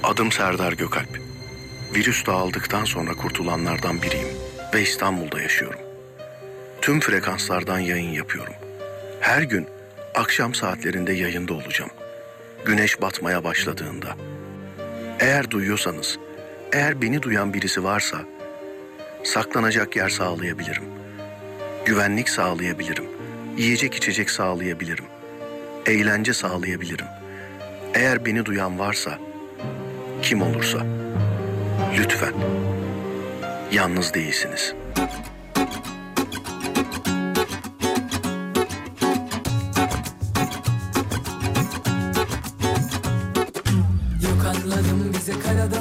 Adım Serdar Gökalp. Virüs dağıldıktan sonra kurtulanlardan biriyim ve İstanbul'da yaşıyorum. Tüm frekanslardan yayın yapıyorum. Her gün akşam saatlerinde yayında olacağım. Güneş batmaya başladığında. Eğer duyuyorsanız, eğer beni duyan birisi varsa, saklanacak yer sağlayabilirim. Güvenlik sağlayabilirim. Yiyecek içecek sağlayabilirim. Eğlence sağlayabilirim. Eğer beni duyan varsa, kim olursa, lütfen, yalnız değilsiniz. Yok anladım bize karada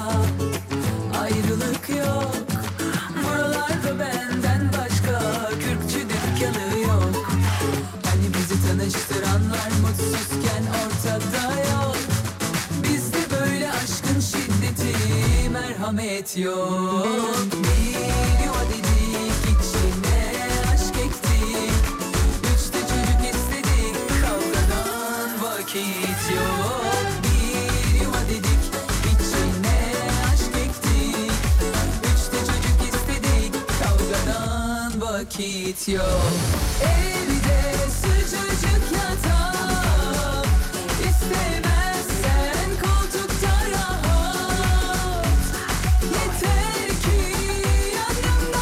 ayrılık yok. Buralarda benden başka kürkçü dükkanı yok. Hani bizi tanıştıranlar mutsuzken ortada yok. Bizde böyle aşkın şiddeti merhamet yok. Bir yuva dedik içine aşk ektik. 3'te çocuk istedik kavgadan vakit yok. Bir yuva dedik içine aşk ektik. 3'te çocuk istedik kavgadan vakit yok. Evde sıcacık yatak istemezsen koltukta rahat. Yeter ki yanımda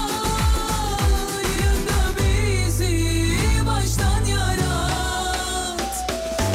kal. Yanında bizi baştan yarat.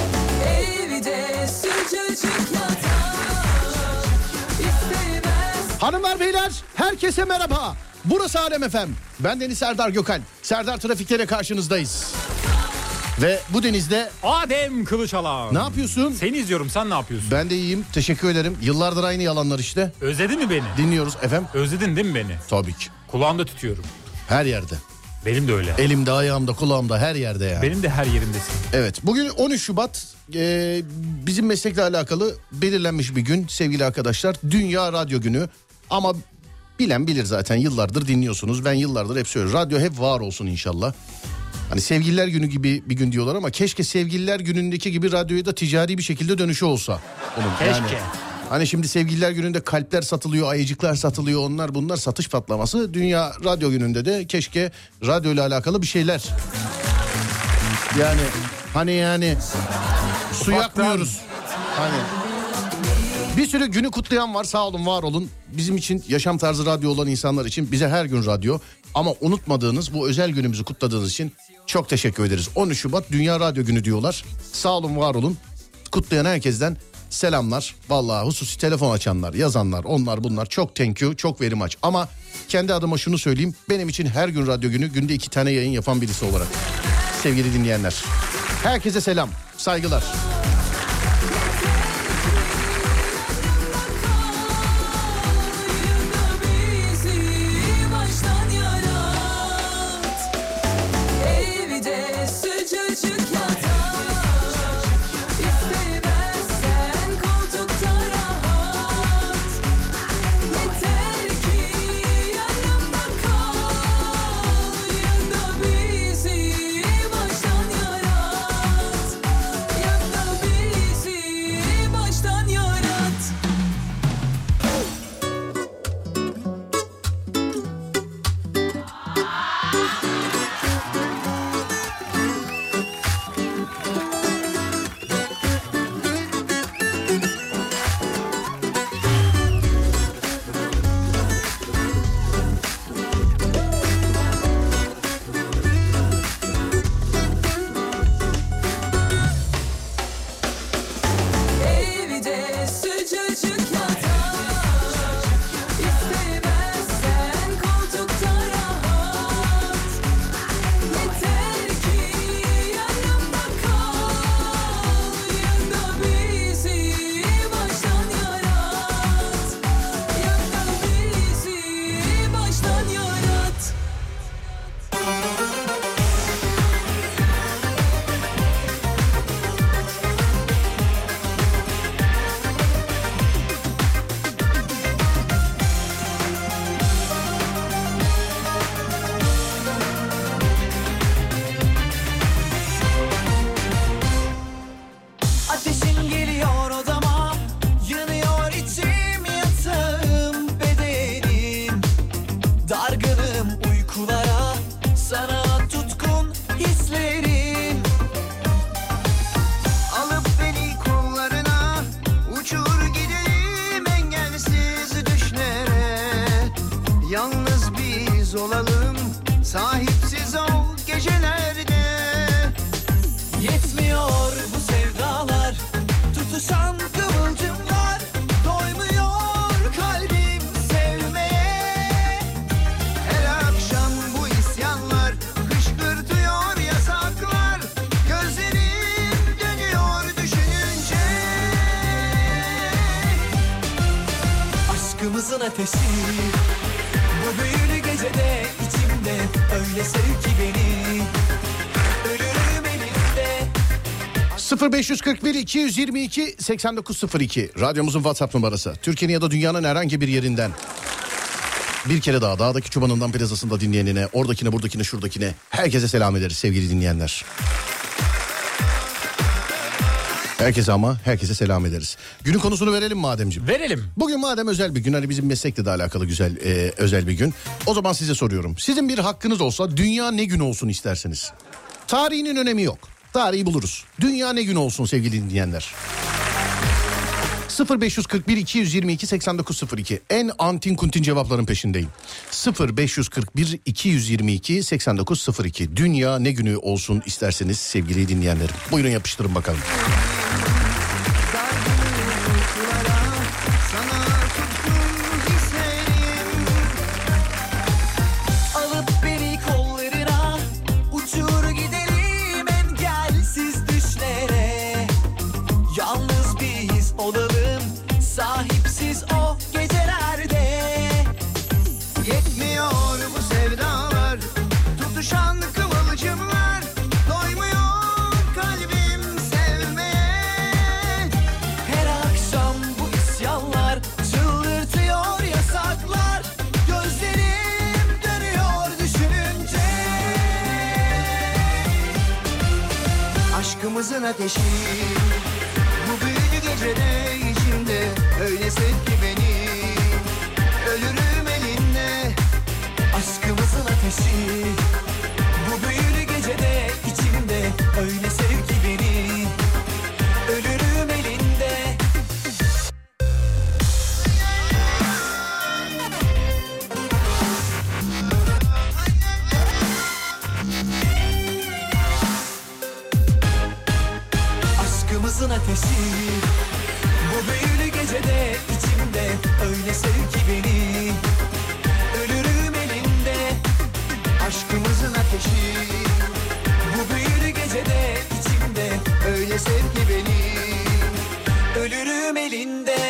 Evde sıcacık yatak istemezsen. Hanımlar beyler herkese merhaba. Burası Alem FM. Ben Deniz Serdar Gökalp. Serdar Trafikler'e karşınızdayız. Ve bu denizde Adem Kılıçalan. ne yapıyorsun? Seni izliyorum, sen ne yapıyorsun? Ben de iyiyim. Teşekkür ederim. Yıllardır aynı yalanlar işte. Özledin mi beni? Dinliyoruz efendim. Özledin değil mi beni? Tabii ki. Kulağımda tutuyorum. Her yerde. Benim de öyle. Elimde, ayağımda, kulağımda, her yerde ya. Benim de her yerimdesin. Evet. Bugün 13 Şubat. Bizim meslekle alakalı belirlenmiş bir gün sevgili arkadaşlar. Dünya Radyo Günü. Ama bilen bilir zaten, yıllardır dinliyorsunuz. Ben yıllardır hep söylüyorum. Radyo hep var olsun inşallah. Hani Sevgililer Günü gibi bir gün diyorlar ama keşke Sevgililer Günü'ndeki gibi radyoya da ticari bir şekilde dönüşü olsa. Onun. Keşke. Yani, hani şimdi Sevgililer Günü'nde kalpler satılıyor, ayıcıklar satılıyor, onlar bunlar satış patlaması. Dünya Radyo Günü'nde de keşke radyoyla alakalı bir şeyler. Yani hani yani su yakmıyoruz. Hani bir sürü günü kutlayan var, sağ olun var olun. Bizim için yaşam tarzı radyo olan insanlar için bize her gün radyo. Ama unutmadığınız bu özel günümüzü kutladığınız için çok teşekkür ederiz. 13 Şubat Dünya Radyo Günü diyorlar. Sağ olun var olun. Kutlayan herkesten selamlar. Vallahi hususi telefon açanlar, yazanlar, onlar bunlar çok thank you, çok very much. Ama kendi adıma şunu söyleyeyim. Benim için her gün radyo günü, günde 2 tane yayın yapan birisi olarak. Sevgili dinleyenler. Herkese selam, saygılar. sahipsiz ol gecelerde. Yetmiyor bu sevdalar, tutuşan kıvılcımlar, doymuyor kalbim sevmeye. Her akşam bu isyanlar kışkırtıyor yasaklar. Gözlerim dönüyor düşününce. Aşkımızın ateşi bu büyülü gecede içimde, öyle sev ki beni, ölürüm elinde. 0541 222 8902 radyomuzun WhatsApp numarası. Türkiye'nin ya da dünyanın herhangi bir yerinden bir kere daha dağdaki çobanından plazasında dinleyenine, oradakine, buradakine, şuradakine herkese selam ederiz sevgili dinleyenler. Herkese ama herkese selam ederiz. Günün konusunu verelim mi Ademciğim? Verelim. Bugün madem özel bir gün, hani bizim meslekle de alakalı güzel özel bir gün. O zaman size soruyorum. Sizin bir hakkınız olsa dünya ne günü olsun istersiniz? Tarihinin önemi yok. Tarihi buluruz. Dünya ne günü olsun sevgili dinleyenler? 0541 222 8902 en antin kuntin cevapların peşindeyim. 0541 222 8902 dünya ne günü olsun isterseniz sevgili dinleyenlerim. Buyurun yapıştırın bakalım. Sana tuttum hislerim. Alıp beni kollarına uçur gidelim engelsiz düşlere. Yalnız biz olalım, sahipsiz o gecelerde. Yetmiyor bu sevdalar, tutuşan kıvılcımlar, doymuyor kalbim sevmeye. Her akşam bu isyanlar çıldırtıyor yasaklar. Gözlerim dönüyor düşününce. Aşkımızın ateşi bu büyülü gecede içimde, öyle sev ki beni, ölürüm elinde. Aşkımızın ateşi bu büyülü gecede içimde, öyle sev ki beni, ölürüm elinde. Aşkımızın ateşi bu büyülü gecede içimde, öyle sev ki beni, ölürüm elinde. Aşkımızın ateşi Bu büyülü gecede içimde, öyle sev ki beni, ölürüm elinde.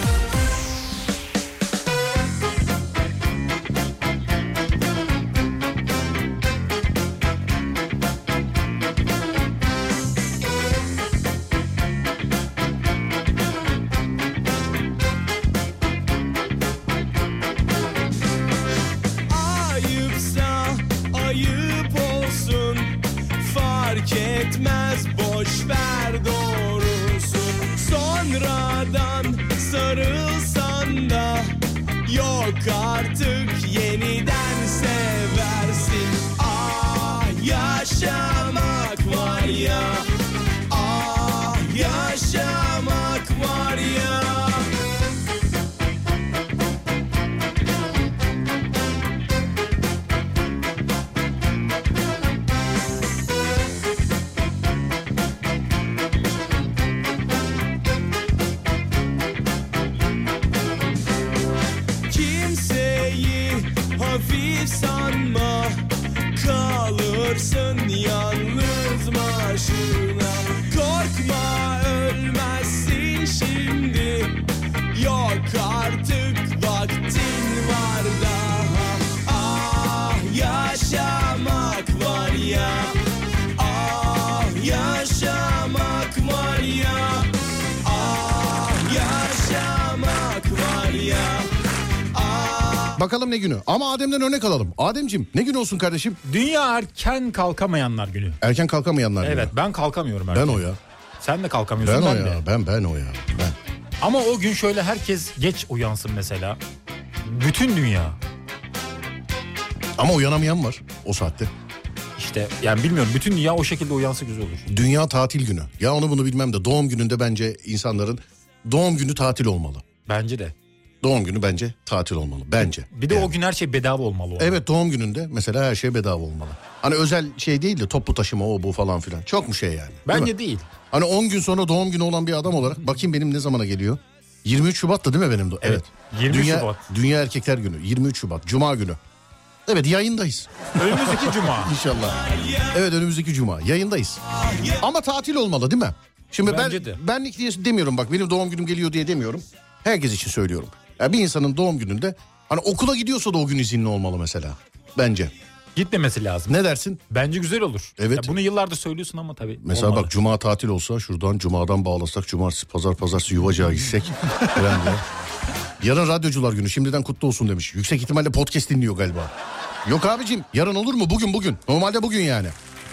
Ayıpsa ayıp olsun, fark etmez, boş ver doğrusun. Sonradan sarılsan da yok artık, yeniden seversin. Ah yaşamak var ya, ah yaşamak var ya. Kimseyi hafif sanma, kalırsın yalnız başına. Korkma, ölmezsin şimdi, yok artık vaktin var daha. Ah yaşamak var ya, ah yaşamak var ya, ah yaşamak var ya. Bakalım ne günü? Ama Adem'den örnek alalım. Ademciğim ne gün olsun kardeşim? Dünya erken kalkamayanlar günü. Erken kalkamayanlar. Evet, ben kalkamıyorum erken. Ben o ya. Sen de kalkamıyorsun, Ben o ben de. ya. Ben o ya. Ben. Ama o gün şöyle herkes geç uyansın mesela. Bütün dünya. Ama uyanamayan var o saatte. İşte yani bilmiyorum, bütün dünya o şekilde uyansa güzel olur. Dünya tatil günü. Ya onu bunu bilmem de doğum gününde bence insanların doğum günü tatil olmalı. Bence de. Doğum günü bence tatil olmalı. Bence. Bir de yani. o gün her şey bedava olmalı. Evet, doğum gününde mesela her şey bedava olmalı. Hani özel şey değil de toplu taşıma o bu falan filan. Çok mu şey yani? Bence değil. Hani 10 gün sonra doğum günü olan bir adam olarak bakayım benim ne zamana geliyor? 23 Şubat'ta değil mi benim de? Evet. 23 Şubat. Dünya Erkekler Günü 23 Şubat Cuma günü. Evet, yayındayız. Önümüzdeki cuma. İnşallah. Evet, önümüzdeki cuma yayındayız. Ama tatil olmalı değil mi? Şimdi benlik diye demiyorum, bak benim doğum günüm geliyor diye demiyorum. Herkes için söylüyorum. Yani bir insanın doğum gününde hani okula gidiyorsa da o gün izinli olmalı mesela. Bence. Gitmemesi lazım. Ne dersin? Bence güzel olur. Evet. Ya bunu yıllardır söylüyorsun ama tabii. Mesela olmalı. bak cuma tatil olsa şuradan cumadan bağlasak cumartesi pazartesi Yuvacık'a gitsek. Falan diye. Yarın radyocular günü, şimdiden kutlu olsun demiş. Yüksek ihtimalle podcast dinliyor galiba. Yok abicim, yarın olur mu? Bugün. Normalde bugün yani.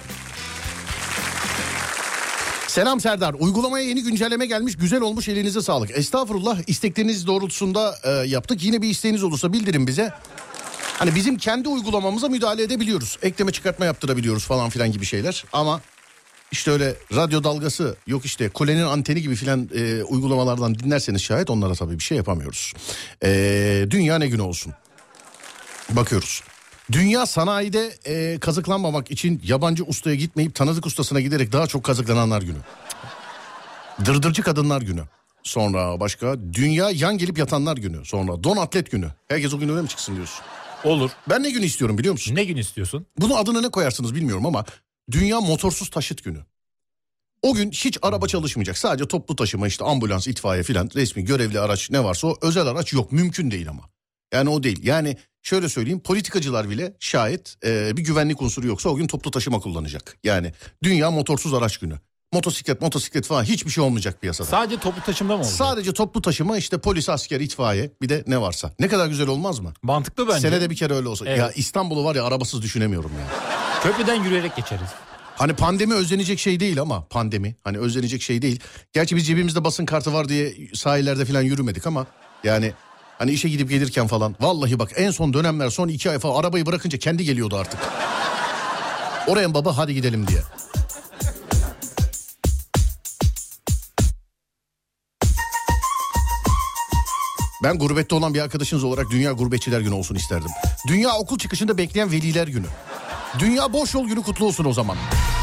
Selam Serdar. Uygulamaya yeni güncelleme gelmiş. Güzel olmuş, elinize sağlık. Estağfurullah, istekleriniz doğrultusunda yaptık. Yine bir isteğiniz olursa bildirin bize. Hani bizim kendi uygulamamıza müdahale edebiliyoruz. Ekleme çıkartma yaptırabiliyoruz falan filan gibi şeyler. Ama işte öyle radyo dalgası, yok işte kulenin anteni gibi filan uygulamalardan dinlerseniz şayet onlara tabii bir şey yapamıyoruz. Dünya ne günü olsun? Bakıyoruz. Dünya sanayide kazıklanmamak için yabancı ustaya gitmeyip tanıdık ustasına giderek daha çok kazıklananlar günü. Dırdırcı kadınlar günü. Sonra başka dünya yan gelip yatanlar günü. Sonra don atlet günü. Herkes o gün öyle mi çıksın diyorsun? Olur. Ben ne günü istiyorum biliyor musun? Ne gün istiyorsun? Bunu adını ne koyarsınız bilmiyorum ama dünya motorsuz taşıt günü. O gün hiç araba çalışmayacak. Sadece toplu taşıma, işte ambulans, itfaiye filan, resmi görevli araç ne varsa o, özel araç yok. Mümkün değil ama. Yani o değil. Yani şöyle söyleyeyim, politikacılar bile şayet bir güvenlik unsuru yoksa o gün toplu taşıma kullanacak. Yani dünya motorsuz araç günü. Motosiklet falan hiçbir şey olmayacak piyasada. Sadece toplu taşımda mı olacak? Sadece toplu taşıma, işte polis, asker, itfaiye, bir de ne varsa. Ne kadar güzel olmaz mı? Mantıklı bence. Senede bir kere öyle olsa. Evet. Ya İstanbul'u var ya, arabasız düşünemiyorum ya. Köprüden yürüyerek geçeriz. Hani pandemi özlenecek şey değil ama pandemi hani özlenecek şey değil. Gerçi biz cebimizde basın kartı var diye sahillerde falan yürümedik ama yani hani işe gidip gelirken falan vallahi bak en son dönemler, son 2 ay falan arabayı bırakınca kendi geliyordu artık. Oraya baba hadi gidelim diye. Ben gurbette olan bir arkadaşınız olarak Dünya Gurbetçiler Günü olsun isterdim. Dünya okul çıkışında bekleyen veliler günü. Dünya boş yol günü kutlu olsun o zaman.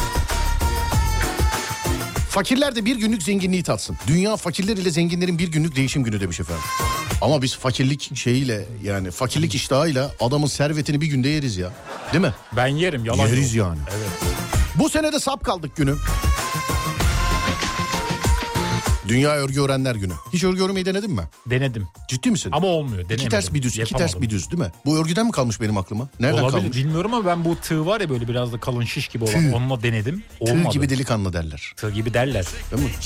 Fakirler de bir günlük zenginliği tatsın. Dünya fakirler ile zenginlerin bir günlük değişim günü demiş efendim. Ama biz fakirlik şeyiyle, yani fakirlik iştahıyla adamın servetini bir günde yeriz ya. Değil mi? Ben yerim, yalan Yeriz yok. yani. Evet. Bu sene de sap kaldık günü. Dünya örgü öğrenler günü. Hiç örgü örmeyi denedin mi? Denedim. Ciddi misin? Ama olmuyor. Denemedim. İki ters bir düz, iki Yapamadım. ters bir düz değil mi? Bu örgüden mi kalmış benim aklıma? Nereden Olabilir, kalmış? bilmiyorum ama ben bu tığ var ya böyle biraz da kalın şiş gibi olan, Tığ. onunla denedim. Tığ Olmadı. gibi delikanlı derler. Tığ gibi derler. Değil mi?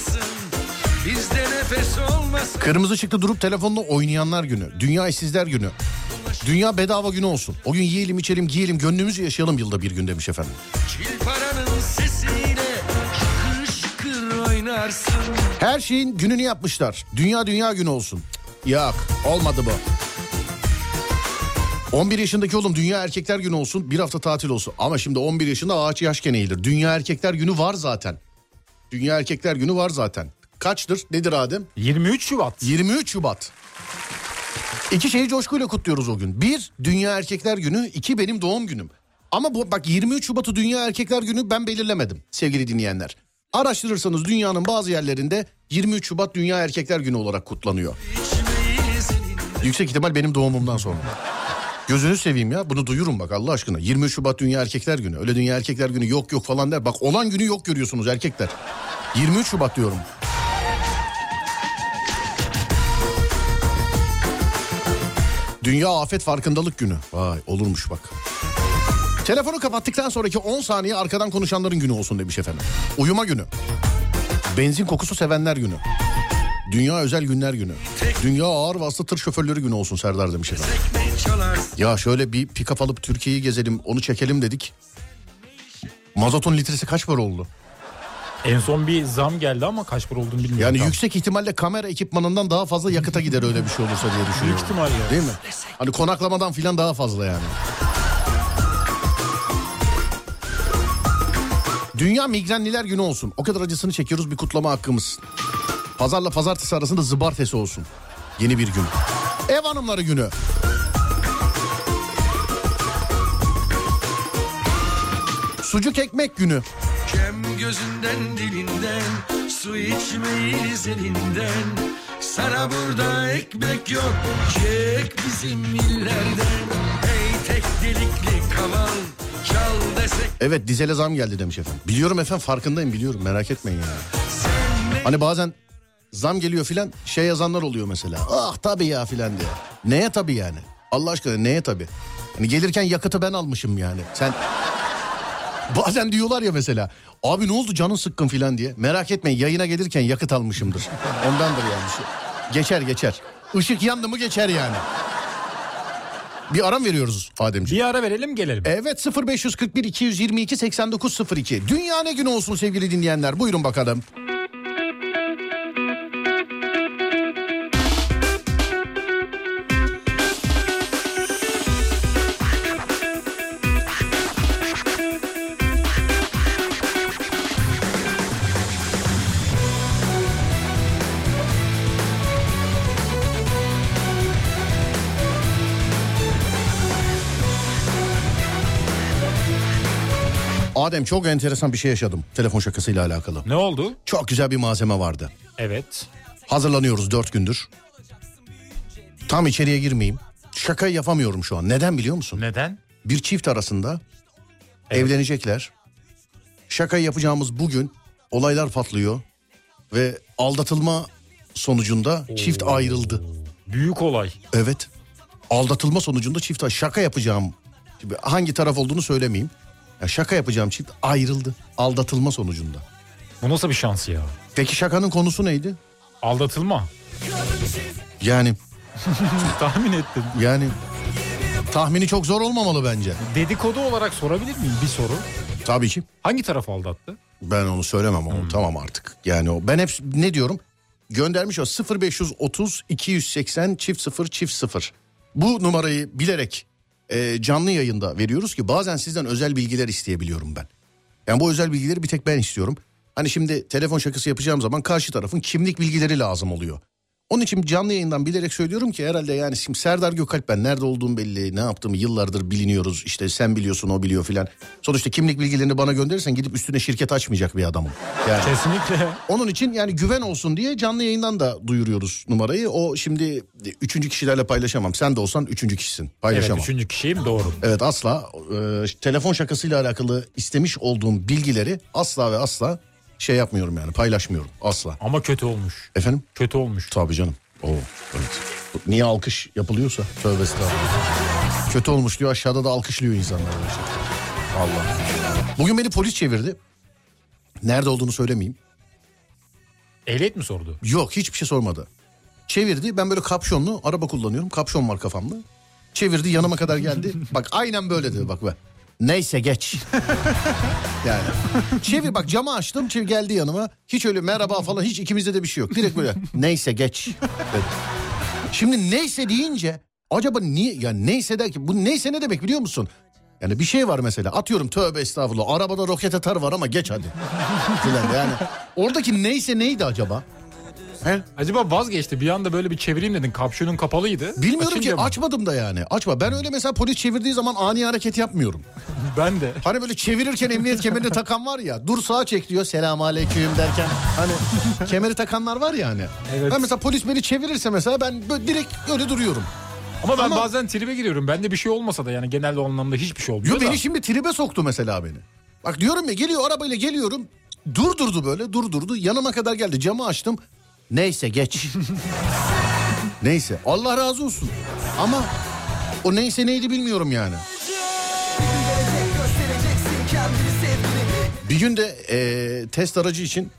Kırmızı ışıkta durup telefonla oynayanlar günü. Dünya işsizler günü. Dünya bedava günü olsun. O gün yiyelim, içelim, giyelim, gönlümüzü yaşayalım yılda bir gün demiş efendim. Her şeyin gününü yapmışlar. Dünya günü olsun. Yok, olmadı bu. 11 yaşındaki oğlum Dünya Erkekler Günü olsun, bir hafta tatil olsun. Ama şimdi 11 yaşında ağaç yaşken eğilir. Dünya Erkekler Günü var zaten. Dünya Erkekler Günü var zaten. Kaçtır? Nedir Adem? 23 Şubat. 23 Şubat. İki şeyi coşkuyla kutluyoruz o gün. 1, Dünya Erkekler Günü. 2, benim doğum günüm. Ama bu bak 23 Şubat'ı Dünya Erkekler Günü ben belirlemedim sevgili dinleyenler. Araştırırsanız dünyanın bazı yerlerinde 23 Şubat Dünya Erkekler Günü olarak kutlanıyor. Yüksek ihtimal benim doğumumdan sonra. Gözünü seveyim ya, bunu duyurun bak Allah aşkına. 23 Şubat Dünya Erkekler Günü. Öyle Dünya Erkekler Günü yok falan der. Bak olan günü yok görüyorsunuz erkekler. 23 Şubat diyorum. Dünya Afet Farkındalık Günü. Vay olurmuş bak. Telefonu kapattıktan sonraki 10 saniye arkadan konuşanların günü olsun demiş efendim. Uyuma günü. Benzin kokusu sevenler günü. Dünya özel günler günü. Dünya ağır vasıta tır şoförleri günü olsun Serdar demiş efendim. Ya şöyle bir pick-up alıp Türkiye'yi gezelim, onu çekelim dedik. Mazotun litresi kaç para oldu? En son bir zam geldi ama kaç para olduğunu bilmiyorum. Yani tam. yüksek ihtimalle kamera ekipmanından daha fazla yakıta gider öyle bir şey olursa diye düşünüyorum. Büyük ihtimal ya. Değil mi? Hani konaklamadan filan daha fazla yani. Dünya Migrenliler Günü olsun. O kadar acısını çekiyoruz, bir kutlama hakkımız. Pazarla pazartesi arasında zıbartesi olsun. Yeni bir gün. Ev hanımları günü. Sucuk ekmek günü. Kem gözünden dilinden, su içmeyiz elinden. Sana burada ekmek yok, çek bizim illerden. Hey tek delikli kaval, çal desek. Evet, dizele zam geldi demiş efendim. Biliyorum efendim, farkındayım, biliyorum, merak etmeyin yani. Hani bazen zam geliyor filan, şey yazanlar oluyor mesela. Ah tabii ya filan diye. Neye tabii yani? Allah aşkına neye tabii? Hani gelirken yakıtı ben almışım yani. Sen... Bazen diyorlar ya mesela, abi ne oldu canın sıkkın filan diye. Merak etmeyin, yayına gelirken yakıt almışımdır. Ondandır yani. Geçer. Işık yandı mı geçer yani. Bir ara mı veriyoruz Ademciğim? Bir ara verelim gelelim. Evet, 0541 222 8902. Dünya ne günü olsun sevgili dinleyenler, buyurun bakalım. Adem, çok enteresan bir şey yaşadım telefon şakasıyla alakalı. Ne oldu? Çok güzel bir malzeme vardı. Evet. Hazırlanıyoruz 4 gündür. Tam içeriye girmeyeyim. Şakayı yapamıyorum şu an. Neden biliyor musun? Neden? Bir çift arasında Evet. evlenecekler. Şakayı yapacağımız bugün olaylar patlıyor. Ve aldatılma sonucunda çift ayrıldı. Büyük olay. Evet. Aldatılma sonucunda çift şaka yapacağım. Hangi taraf olduğunu söylemeyeyim. Ya şaka yapacağım çift ayrıldı. Aldatılma sonucunda. Bu nasıl bir şans ya? Peki şakanın konusu neydi? Aldatılma. Yani Tahmin ettim. tahmini çok zor olmamalı bence. Dedikodu olarak sorabilir miyim bir soru? Tabii ki. Hangi taraf aldattı? Ben onu söylemem ama tamam artık. Yani o, ben hep ne diyorum? Göndermiş o 0530 280 0000. Bu numarayı bilerek canlı yayında veriyoruz ki bazen sizden özel bilgiler isteyebiliyorum ben. Yani bu özel bilgileri bir tek ben istiyorum. Hani şimdi telefon şakası yapacağım zaman karşı tarafın kimlik bilgileri lazım oluyor. Onun için canlı yayından bilerek söylüyorum ki herhalde yani şimdi Serdar Gökalp ben, nerede olduğum belli, ne yaptığımı yıllardır biliniyoruz. İşte sen biliyorsun, o biliyor filan. Sonuçta kimlik bilgilerini bana gönderirsen gidip üstüne şirket açmayacak bir adamım. Yani Kesinlikle. onun için yani güven olsun diye canlı yayından da duyuruyoruz numarayı. O şimdi 3. kişilerle paylaşamam. Sen de olsan 3. kişisin. Paylaşamam. Evet, 3. kişiyim, doğru. Evet, asla telefon şakasıyla alakalı istemiş olduğum bilgileri asla ve asla şey yapmıyorum yani, paylaşmıyorum asla. Ama kötü olmuş. Efendim? Kötü olmuş. Tabii canım. Oo, evet. Niye alkış yapılıyorsa? Tövbe estağfurullah. Kötü olmuş diyor, aşağıda da alkışlıyor insanlar. Allah. Bugün beni polis çevirdi. Nerede olduğunu söylemeyeyim. Ehliyet mi sordu? Yok, hiçbir şey sormadı. Çevirdi, ben böyle kapşonlu araba kullanıyorum. Kapşon var kafamda. Çevirdi, yanıma kadar geldi. Bak aynen böyle dedi, bak be. Neyse geç. Yani çevir, bak camı açtım, geldi yanıma. Hiç öyle merhaba falan, hiç ikimizde de bir şey yok. Direkt böyle neyse geç dedi. Şimdi neyse deyince acaba niye, yani neyse der ki, bu neyse ne demek biliyor musun? Yani bir şey var mesela, atıyorum, tövbe estağfurullah, arabada roket atar var ama geç hadi. Yani oradaki neyse neydi acaba? He? Acaba vazgeçti, bir anda böyle bir çevireyim dedin, kapşonun kapalıydı. Bilmiyorum Açınca ki, mı? açmadım da yani. Açma. Ben öyle mesela polis çevirdiği zaman ani hareket yapmıyorum. Ben de. Hani böyle çevirirken emniyet kemerini takan var ya, dur sağa çek diyor, selamünaleyküm derken hani kemeri takanlar var ya hani. Evet. Ben mesela polis beni çevirirse mesela ben böyle direkt öyle duruyorum. Ama ben Ama- bazen tribe giriyorum. Bende bir şey olmasa da, yani genelde o anlamda hiçbir şey olmuyor Yo, da. beni şimdi tribe soktu mesela beni. Bak diyorum ya, geliyor arabayla geliyorum, durdurdu böyle, durdurdu, yanıma kadar geldi, camı açtım. Neyse geç. Neyse, Allah razı olsun. Ama o neyse neydi bilmiyorum yani. Bir gün de test aracı için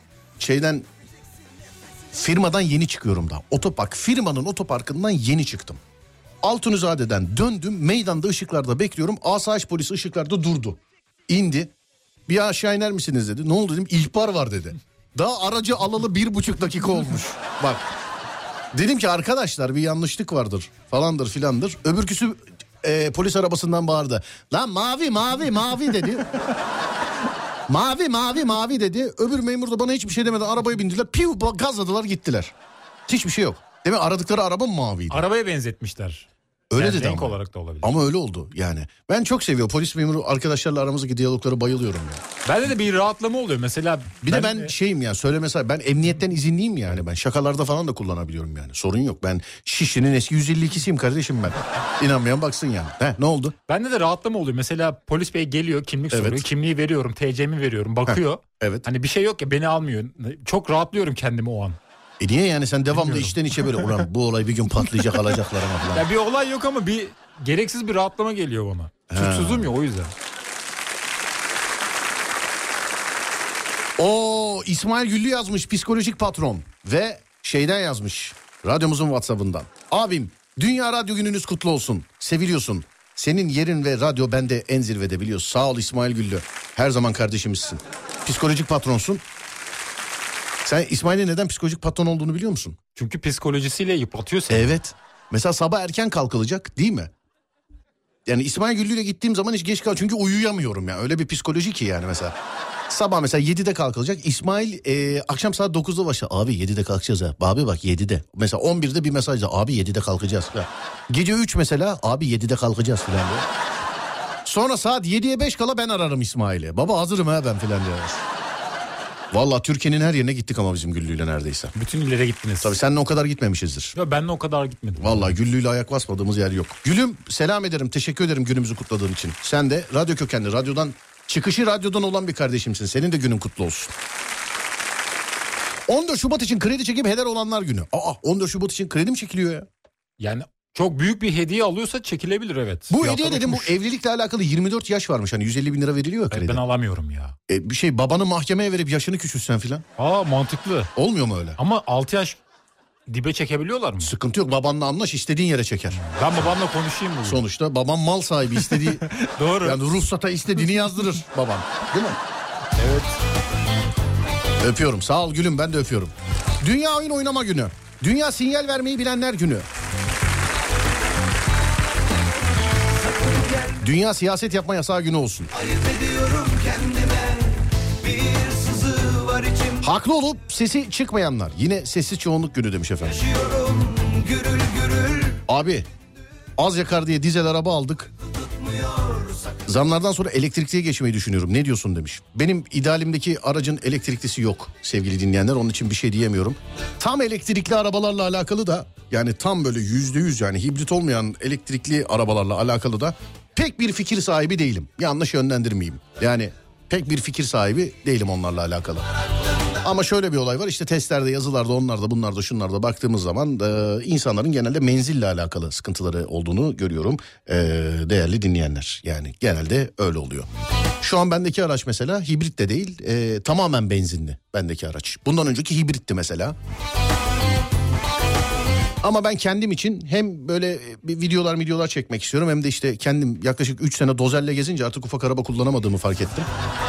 firmadan yeni çıkıyorum da. Firmanın otoparkından yeni çıktım. Altunizade'den döndüm, meydanda ışıklarda bekliyorum. Asayiş polisi ışıklarda durdu. İndi. Bir aşağı iner misiniz dedi. Ne oldu dedim, ihbar var dedi. Daha aracı alalı 1,5 dakika olmuş. Bak. Dedim ki arkadaşlar bir yanlışlık vardır falandır filandır. Öbürküsü polis arabasından bağırdı. Lan mavi mavi mavi dedi. Mavi mavi mavi dedi. Öbür memur da bana hiçbir şey demeden arabaya bindiler. Piu gazladılar gittiler. Hiçbir şey yok. Değil mi? Aradıkları araba mı maviydi? Arabaya benzetmişler. Öyle yani dedi renk ama. olarak da olabilir. Ama öyle oldu yani. Ben çok seviyorum. Polis memuru arkadaşlarla aramızdaki diyaloglara bayılıyorum ya. Bende de bir rahatlama oluyor. Mesela Bir de ben şeyim ya, söylemese ben emniyetten izinliyim yani. Ben şakalarda falan da kullanabiliyorum yani. Sorun yok. Ben Şişli'nin eski 152'siyim kardeşim ben. İnanmayan baksın yani. Ne oldu? Bende de rahatlama oluyor. Mesela polis bey geliyor, kimlik Evet. soruyor. Kimliği veriyorum, TC'mi veriyorum. Bakıyor. Evet. Hani bir şey yok ya, beni almıyor. Çok rahatlıyorum kendimi o an. Niye yani, sen devamlı içten içe böyle ulan bu olay bir gün patlayacak, alacaklar ama falan. Ya bir olay yok ama bir gereksiz bir rahatlama geliyor bana. Suçsuzum ya, o yüzden. O İsmail Güllü yazmış, psikolojik patron, ve şeyden yazmış, radyomuzun WhatsApp'ından. Abim, Dünya Radyo Gününüz kutlu olsun. Seviliyorsun. Senin yerin ve radyo bende en zirvede, biliyorsun. Sağ ol İsmail Güllü. Her zaman kardeşimizsin. Psikolojik patronsun. Sen İsmail'in neden psikolojik patron olduğunu biliyor musun? Çünkü psikolojisiyle yıpratıyor seni. Evet. Mesela sabah erken kalkılacak değil mi? Yani İsmail Güllü ile gittiğim zaman hiç geç kal, çünkü uyuyamıyorum ya. Öyle bir psikoloji ki yani mesela. Sabah mesela 7'de kalkılacak. İsmail akşam saat 9'da başlar. Abi 7'de kalkacağız ha. Abi bak 7'de. Mesela 11'de bir mesaj da. Abi 7'de kalkacağız. Ya. Gece 3 mesela. Abi 7'de kalkacağız filan diyor. Sonra saat 7'ye 5 kala ben ararım İsmail'i. Baba hazırım ha ben filan diyor. Vallahi Türkiye'nin her yerine gittik ama bizim Güllü'yle neredeyse. Bütün illere gittiniz. Tabii seninle o kadar gitmemişizdir. Yok, benle o kadar gitmedim. Vallahi Güllü'yle ayak basmadığımız yer yok. Gülüm, selam ederim, teşekkür ederim günümüzü kutladığın için. Sen de radyo kökenli, radyodan çıkışı radyodan olan bir kardeşimsin. Senin de günün kutlu olsun. 14 Şubat için kredi çekip heder olanlar günü. 14 Şubat için kredi mi çekiliyor ya? Yani çok büyük bir hediye alıyorsa çekilebilir, evet. Bu Fiyatlar hediye dedim, bu uçmuş. evlilikle alakalı 24 yaş varmış. Hani 150 bin lira veriliyor ya kredi. Evet, ben alamıyorum ya. Bir şey, babanı mahkemeye verip yaşını küçültsen filan. Mantıklı. Olmuyor mu öyle? Ama 6 yaş dibe çekebiliyorlar mı? Sıkıntı yok, babanla anlaş, istediğin yere çeker. Ben babamla konuşayım bugün. Sonuçta baban mal sahibi, istediği... Doğru. Yani ruhsata istediğini yazdırır baban. Değil mi? Evet. Öpüyorum. Sağ ol gülüm, ben de öpüyorum. Dünya oyun oynama günü. Dünya sinyal vermeyi bilenler günü. Dünya siyaset yapma yasağı günü olsun. Ayıp ediyorum kendime, bir sızı var içimde. Haklı olup sesi çıkmayanlar. Yine sessiz çoğunluk günü demiş efendim. Yaşıyorum gürül gürül. Abi az yakar diye dizel araba aldık. Zamlardan sonra elektrikliye geçmeyi düşünüyorum. Ne diyorsun demiş. Benim idealimdeki aracın elektriklisi yok sevgili dinleyenler. Onun için bir şey diyemiyorum. Tam elektrikli arabalarla alakalı da, yani tam böyle %100 yani hibrit olmayan elektrikli arabalarla alakalı da pek bir fikir sahibi değilim. Yanlış yönlendirmeyeyim. Yani pek bir fikir sahibi değilim onlarla alakalı. Ama şöyle bir olay var, işte testlerde, yazılarda, onlarda, bunlarda, şunlarda baktığımız zaman insanların genelde menzille alakalı sıkıntıları olduğunu görüyorum değerli dinleyenler. Yani genelde öyle oluyor. Şu an bendeki araç mesela hibrit de değil, tamamen benzinli bendeki araç. Bundan önceki hibritti mesela. Ama ben kendim için hem böyle videolar çekmek istiyorum, hem de işte kendim yaklaşık 3 sene dozerle gezince artık ufak araba kullanamadığımı fark ettim.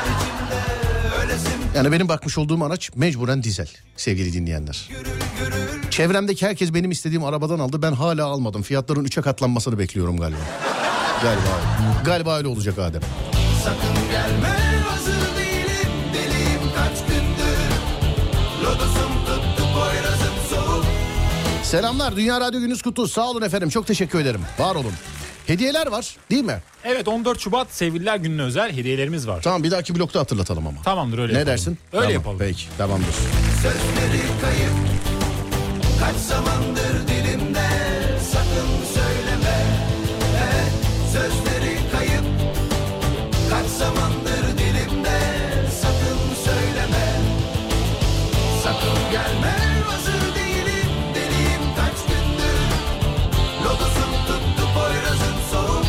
Yani benim bakmış olduğum araç mecburen dizel sevgili dinleyenler. Çevremdeki herkes benim istediğim arabadan aldı, ben hala almadım. Fiyatların 3'e katlanmasını bekliyorum galiba. Galiba öyle olacak Adem. Sakın gelme, hazır değilim, deliyim kaç gündür. Lodosum tuttu, poyrazım soğuk. Selamlar, Dünya Radyo Gününüz kutlu. Sağ olun efendim, çok teşekkür ederim. Var olun. Hediyeler var değil mi? Evet, 14 Şubat Sevgililer Günü'ne özel hediyelerimiz var. Tamam, bir dahaki blokta hatırlatalım ama. Tamamdır, öyle Ne yapalım. dersin? Öyle Tamam, yapalım. Peki, tamamdır. Sözleri kayıp, kaç zamandır dilimde. Sakın söyleme, sözleri kayıp, kaç zamandır dilimde. Sakın söyleme, sakın gelme, hazır değilim, deliyim kaç gündür. Lodosum tuttu, poyrazım soğuk.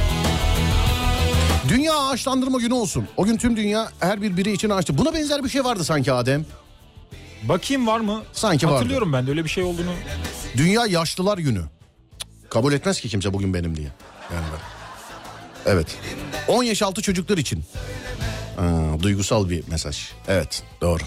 Dünya ağaçlandırma günü olsun. O gün tüm dünya her bir birey için ağaçtı. Buna benzer bir şey vardı sanki Adem. Bakayım var mı? Sanki vardı. Hatırlıyorum ben de öyle bir şey olduğunu. Dünya yaşlılar günü. Kabul etmez ki kimse bugün benim diye. Yani ben. Evet. 10 yaş altı çocuklar için. Duygusal bir mesaj. Evet, doğru.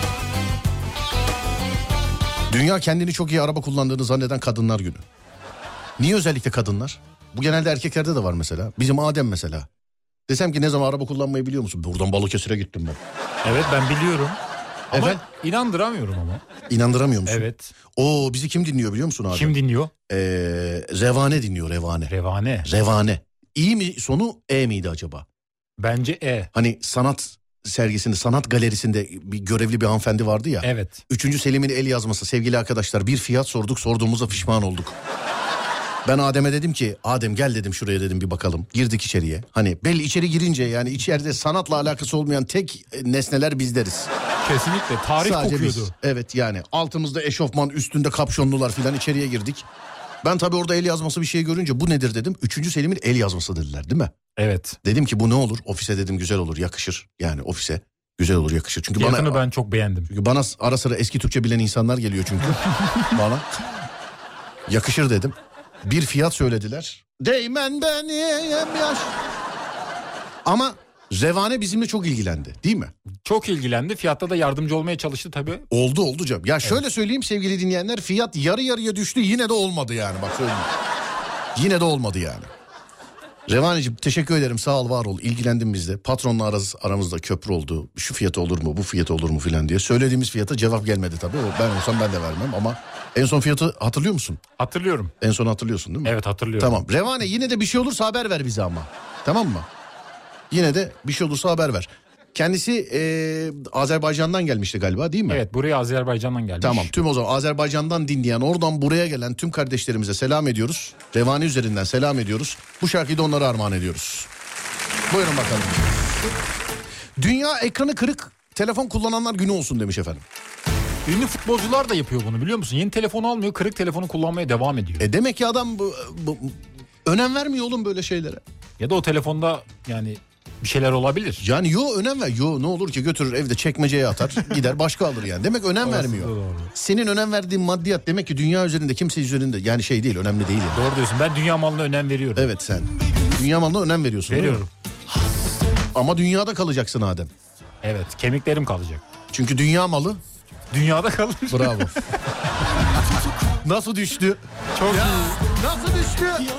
Dünya kendini çok iyi araba kullandığını zanneden kadınlar günü. Niye özellikle kadınlar? Bu genelde erkeklerde de var mesela. Bizim Adem mesela. Desem ki ne zaman araba kullanmayı biliyor musun? Buradan Balıkesir'e gittim ben. Evet, ben biliyorum. Ama Efendim? inandıramıyorum ama. İnandıramıyor musun? Evet. Oo, bizi kim dinliyor biliyor musun abi? Kim dinliyor? Revane dinliyor, Revane. Revane. Revane. İyi mi sonu, E miydi acaba? Bence E. Hani sanat sergisinde, sanat galerisinde bir görevli bir hanımefendi vardı ya. Evet. 3. Selim'in el yazması sevgili arkadaşlar, bir fiyat sorduk, sorduğumuza pişman olduk. Ben Adem'e dedim ki, Adem gel dedim şuraya dedim bir bakalım. Girdik içeriye. Hani belli içeri girince yani içeride sanatla alakası olmayan tek nesneler bizleriz. Kesinlikle. Tarih Sadece kokuyordu. biz. Evet yani altımızda eşofman, üstünde kapşonlular filan, içeriye girdik. Ben tabii orada el yazması bir şey görünce bu nedir dedim. 3. Selim'in el yazması dediler değil mi? Evet. Dedim ki bu ne olur? Ofise dedim güzel olur, yakışır. Yani ofise güzel olur, yakışır. Çünkü Fiyatını ben çok beğendim. Çünkü bana ara sıra eski Türkçe bilen insanlar geliyor çünkü. Bana. Yakışır dedim. Bir fiyat söylediler. Değmen benim yaş. Ama Revane bizimle çok ilgilendi değil mi? Çok ilgilendi. Fiyatta da yardımcı olmaya çalıştı tabii. Oldu canım. Ya şöyle söyleyeyim sevgili dinleyenler, fiyat yarı yarıya düştü, yine de olmadı yani, bak söyleyeyim. Yine de olmadı yani. Revaneciğim teşekkür ederim, sağ ol, var ol, ilgilendin bizle. Patronla aramızda köprü oldu. Şu fiyat olur mu, bu fiyat olur mu filan diye. Söylediğimiz fiyata cevap gelmedi tabii. Ben olsam ben de vermem ama en son fiyatı hatırlıyor musun? Hatırlıyorum. En son hatırlıyorsun değil mi? Evet, hatırlıyorum. Tamam Revane, yine de bir şey olursa haber ver bize ama. Tamam mı? Yine de bir şey olursa haber ver. Kendisi Azerbaycan'dan gelmişti galiba değil mi? Evet, buraya Azerbaycan'dan gelmiş. Tamam, tüm o zaman Azerbaycan'dan dinleyen, oradan buraya gelen tüm kardeşlerimize selam ediyoruz. Revane üzerinden selam ediyoruz. Bu şarkıyı da onlara armağan ediyoruz. Buyurun bakalım. Dünya ekranı kırık telefon kullananlar günü olsun demiş efendim. Ünlü futbolcular da yapıyor bunu, biliyor musun? Yeni telefonu almıyor, kırık telefonu kullanmaya devam ediyor. Demek ki adam bu önem vermiyor oğlum böyle şeylere. Ya da o telefonda yani bir şeyler olabilir. Yani önem ver. Ne olur ki götürür evde çekmeceye atar gider başka alır yani. Demek önem vermiyor. Doğru. Senin önem verdiğin maddiyat demek ki dünya üzerinde kimse üzerinde yani şey değil, önemli değil yani. Doğru diyorsun, ben dünya malına önem veriyorum. Evet, sen dünya malına önem veriyorsun. Veriyorum. Ama dünyada kalacaksın Adem. Evet, kemiklerim kalacak. Çünkü dünya malı. Dünyada kalır. Bravo. Nasıl düştü? Çok iyi. Nasıl düştü?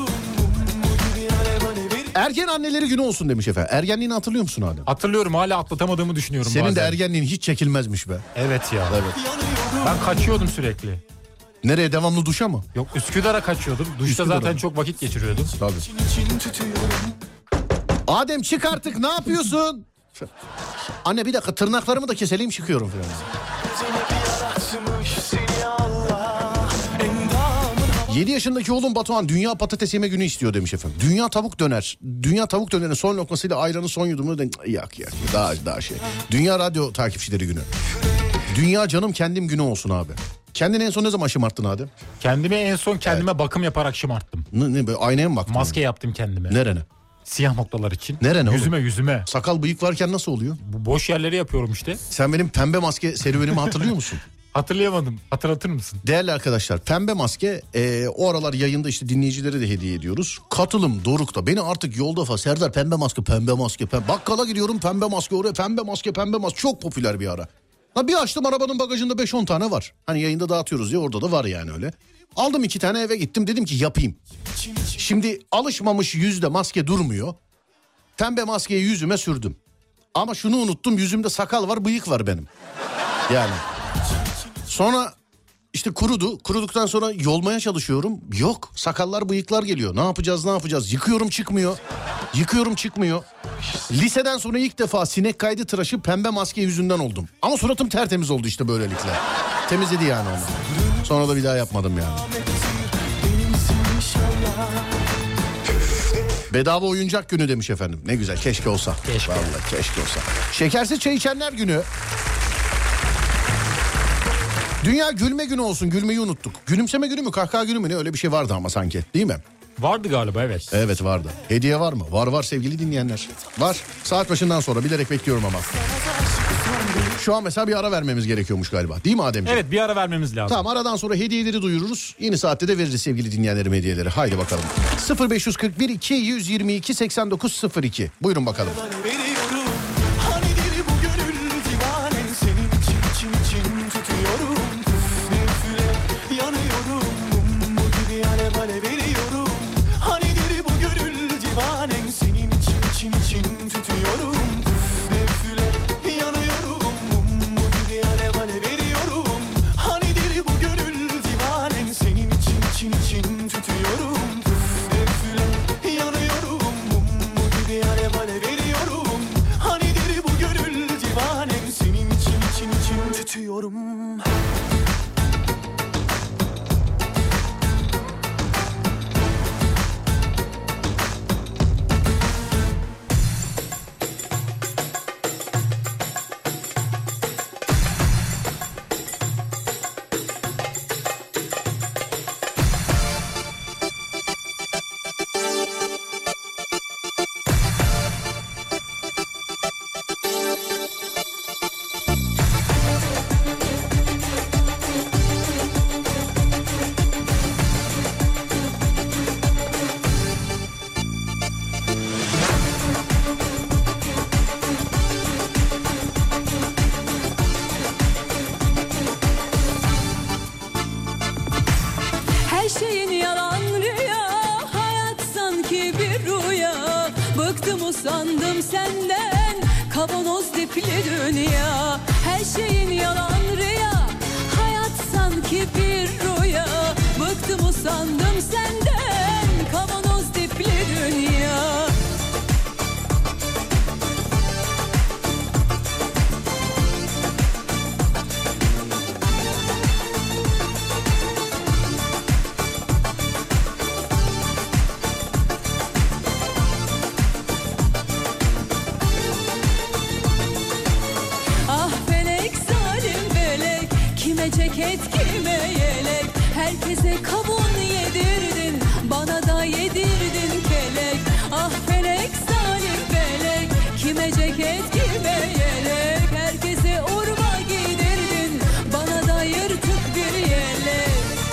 Ergen anneleri günü olsun demiş efendim. Ergenliğini hatırlıyor musun Adem? Hatırlıyorum, hala atlatamadığımı düşünüyorum Senin bazen. de ergenliğin hiç çekilmezmiş be. Evet ya. Evet. Ben kaçıyordum sürekli. Nereye, devamlı duşa mı? Yok, Üsküdar'a kaçıyordum. Duşta Üsküdar'a zaten mı? çok vakit geçiriyordum. Tabii. Adem çık artık, ne yapıyorsun? Anne bir dakika, tırnaklarımı da keseleyim, çıkıyorum falan. 7 yaşındaki oğlum Batuhan dünya patates yeme günü istiyor demiş efendim. Dünya tavuk döner. Dünya tavuk dönerin son lokmasıyla ayranın son yudumunu yak. Daha şey. Dünya radyo takipçileri günü. Dünya canım kendim günü olsun abi. Kendini en son ne zaman şımarttın Adem? Kendime en son bakım yaparak şımarttım. Ne böyle aynaya mı baktın? Maske yaptım kendime. Nerene? Siyah noktalar için. Nerene oğlum? Yüzüme. Sakal bıyık varken nasıl oluyor? Bu boş yerleri yapıyorum işte. Sen benim pembe maske serüvenimi hatırlıyor musun? Hatırlayamadım. Hatırlatır mısın? Değerli arkadaşlar, pembe maske o aralar yayında işte dinleyicilere de hediye ediyoruz. Katılım dorukta. Beni artık yolda Serdar pembe maske. Bakkala gidiyorum, pembe maske oraya, pembe maske. Çok popüler bir ara. Bir açtım, arabanın bagajında 5-10 tane var. Hani yayında dağıtıyoruz ya, orada da var yani öyle. Aldım 2 tane, eve gittim, dedim ki yapayım. Şimdi alışmamış yüzde maske durmuyor. Pembe maskeyi yüzüme sürdüm. Ama şunu unuttum, yüzümde sakal var, bıyık var benim. Yani... Sonra işte kurudu. Kuruduktan sonra yolmaya çalışıyorum. Yok, sakallar bıyıklar geliyor. Ne yapacağız? Yıkıyorum çıkmıyor. Liseden sonra ilk defa sinek kaydı tıraşı pembe maske yüzünden oldum. Ama suratım tertemiz oldu işte böylelikle. Temizledi yani onu. Sonra da bir daha yapmadım yani. Bedava oyuncak günü demiş efendim. Ne güzel, keşke olsa. Keşke. Vallahi keşke olsa. Şekersiz çay içenler günü. Dünya gülme günü olsun, gülmeyi unuttuk. Gülümseme günü mü, kahkaha günü mü, ne öyle bir şey vardı ama sanki, değil mi? Vardı galiba, evet. Evet vardı. Hediye var mı? Var sevgili dinleyenler. Var. Saat başından sonra bilerek bekliyorum ama. Şu an mesela bir ara vermemiz gerekiyormuş galiba. Değil mi Ademciğim? Evet, bir ara vermemiz lazım. Tamam, aradan sonra hediyeleri duyururuz. Yeni saatte de veririz sevgili dinleyenlerim hediyeleri. Haydi bakalım. 0541 222 8902. Buyurun bakalım. Hanidir bu gönül divanen, senin için tutuyorum. Üfle yanıyorum, mum gibi alev alev veriyorum. Hanidir bu gönül divanen, senin için tutuyorum. Üfle yanıyorum, mum Her şeyin yalan rüya, hayat sanki bir rüya. Bıktım usandım senden, kavanoz dipli dünya. Her şeyin yalan rüya, hayat sanki bir rüya. Bıktım usandım senden, kavanoz dipli dünya. Ceket kime yelek, herkese kavun yedirdin, bana da yedirdin kelek. Ah felek zalim felek, kime ceket kime yelek, herkese urma giydirdin, bana da yırtık bir yelek.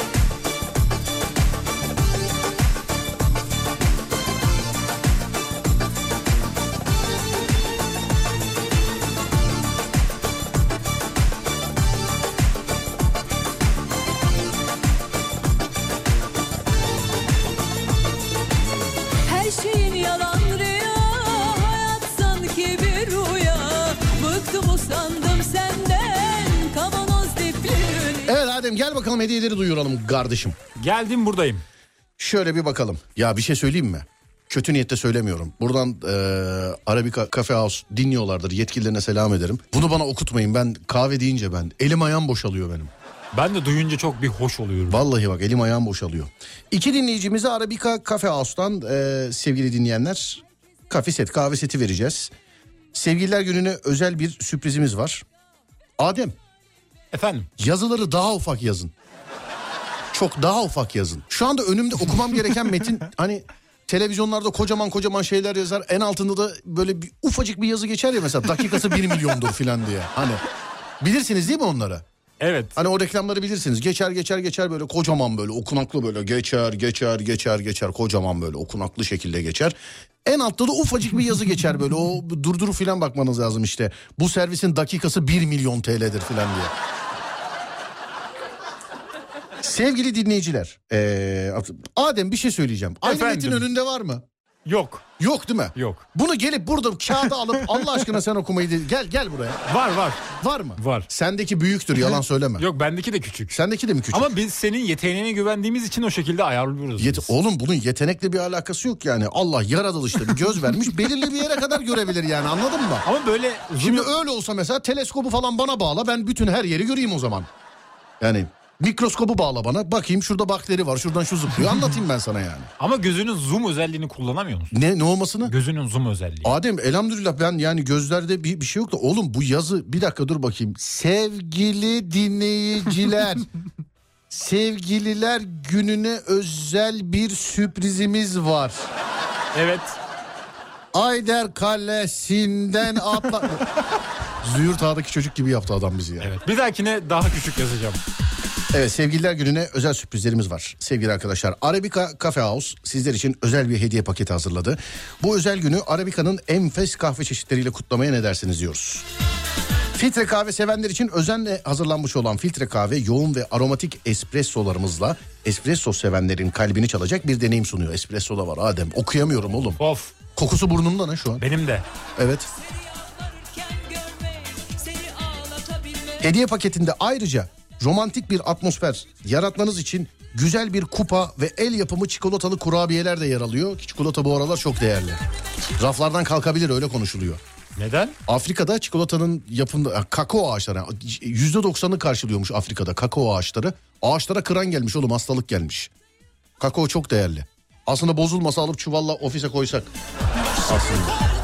Evet Adem gel bakalım hediyeleri duyuralım kardeşim. Geldim buradayım. Şöyle bir bakalım. Ya bir şey söyleyeyim mi? Kötü niyetle söylemiyorum. Buradan Arabica Cafe House dinliyorlardır. Yetkililerine selam ederim. Bunu bana okutmayın. Ben kahve deyince elim ayağım boşalıyor benim. Ben de duyunca çok bir hoş oluyorum. Vallahi bak elim ayağım boşalıyor. 2 dinleyicimize Arabica Cafe House'tan sevgili dinleyenler kahve seti vereceğiz. Sevgililer Günü'ne özel bir sürprizimiz var. Adem. Efendim? Yazıları daha ufak yazın. Çok daha ufak yazın. Şu anda önümde okumam gereken metin hani televizyonlarda kocaman şeyler yazar. En altında da böyle bir ufacık bir yazı geçer ya mesela dakikası 1 milyondur filan diye. Hani bilirsiniz değil mi onları? Evet. Hani o reklamları bilirsiniz. Geçer böyle kocaman böyle okunaklı böyle geçer kocaman böyle okunaklı şekilde geçer. En altta da ufacık bir yazı geçer böyle o durduru filan bakmanız lazım işte. Bu servisin dakikası 1 milyon TL'dir filan diye. Sevgili dinleyiciler, Adem bir şey söyleyeceğim. Aynı metin önünde var mı? Yok. Yok değil mi? Yok. Bunu gelip burada kağıda alıp Allah aşkına sen okumayı gel buraya. Var. Var mı? Var. Sendeki büyüktür yalan söyleme. Yok bendeki de küçük. Sendeki de mi küçük? Ama biz senin yeteneğine güvendiğimiz için o şekilde ayarlıyoruz. Oğlum bunun yetenekle bir alakası yok yani. Allah yaratılışta bir göz vermiş belirli bir yere kadar görebilir yani anladın mı? Ama böyle... Şimdi öyle olsa mesela teleskobu falan bana bağla ben bütün her yeri göreyim o zaman. Yani... Mikroskobu bağla bana. Bakayım şurada bakteri var. Şuradan şu zıplıyor. Anlatayım ben sana yani. Ama gözünün zoom özelliğini kullanamıyor musun? Ne olmasını? Gözünün zoom özelliği. Adem elhamdülillah ben yani gözlerde bir şey yok da oğlum bu yazı bir dakika dur bakayım. Sevgili dinleyiciler. Sevgililer Günü'ne özel bir sürprizimiz var. Evet. Ayder Kalesi'nden atla... Züğürt Ağa'daki çocuk gibi yaptı adam bizi ya. Evet. Bir dahakine daha küçük yazacağım. Evet sevgililer gününe özel sürprizlerimiz var sevgili arkadaşlar. Arabica Cafe House sizler için özel bir hediye paketi hazırladı. Bu özel günü Arabica'nın enfes kahve çeşitleriyle kutlamaya ne dersiniz diyoruz. Filtre kahve sevenler için özenle hazırlanmış olan filtre kahve yoğun ve aromatik espressolarımızla espresso sevenlerin kalbini çalacak bir deneyim sunuyor. Espresso da var Adem okuyamıyorum oğlum. Of. Kokusu burnumda ne şu an? Benim de. Evet. Hediye paketinde ayrıca romantik bir atmosfer yaratmanız için güzel bir kupa ve el yapımı çikolatalı kurabiyeler de yer alıyor. Çikolata bu aralar çok değerli. Raflardan kalkabilir öyle konuşuluyor. Neden? Afrika'da çikolatanın yapımında kakao ağaçları %90'ı karşılıyormuş Afrika'da kakao ağaçları. Ağaçlara kıran gelmiş oğlum hastalık gelmiş. Kakao çok değerli. Aslında bozulmasa alıp çuvalla ofise koysak aslında.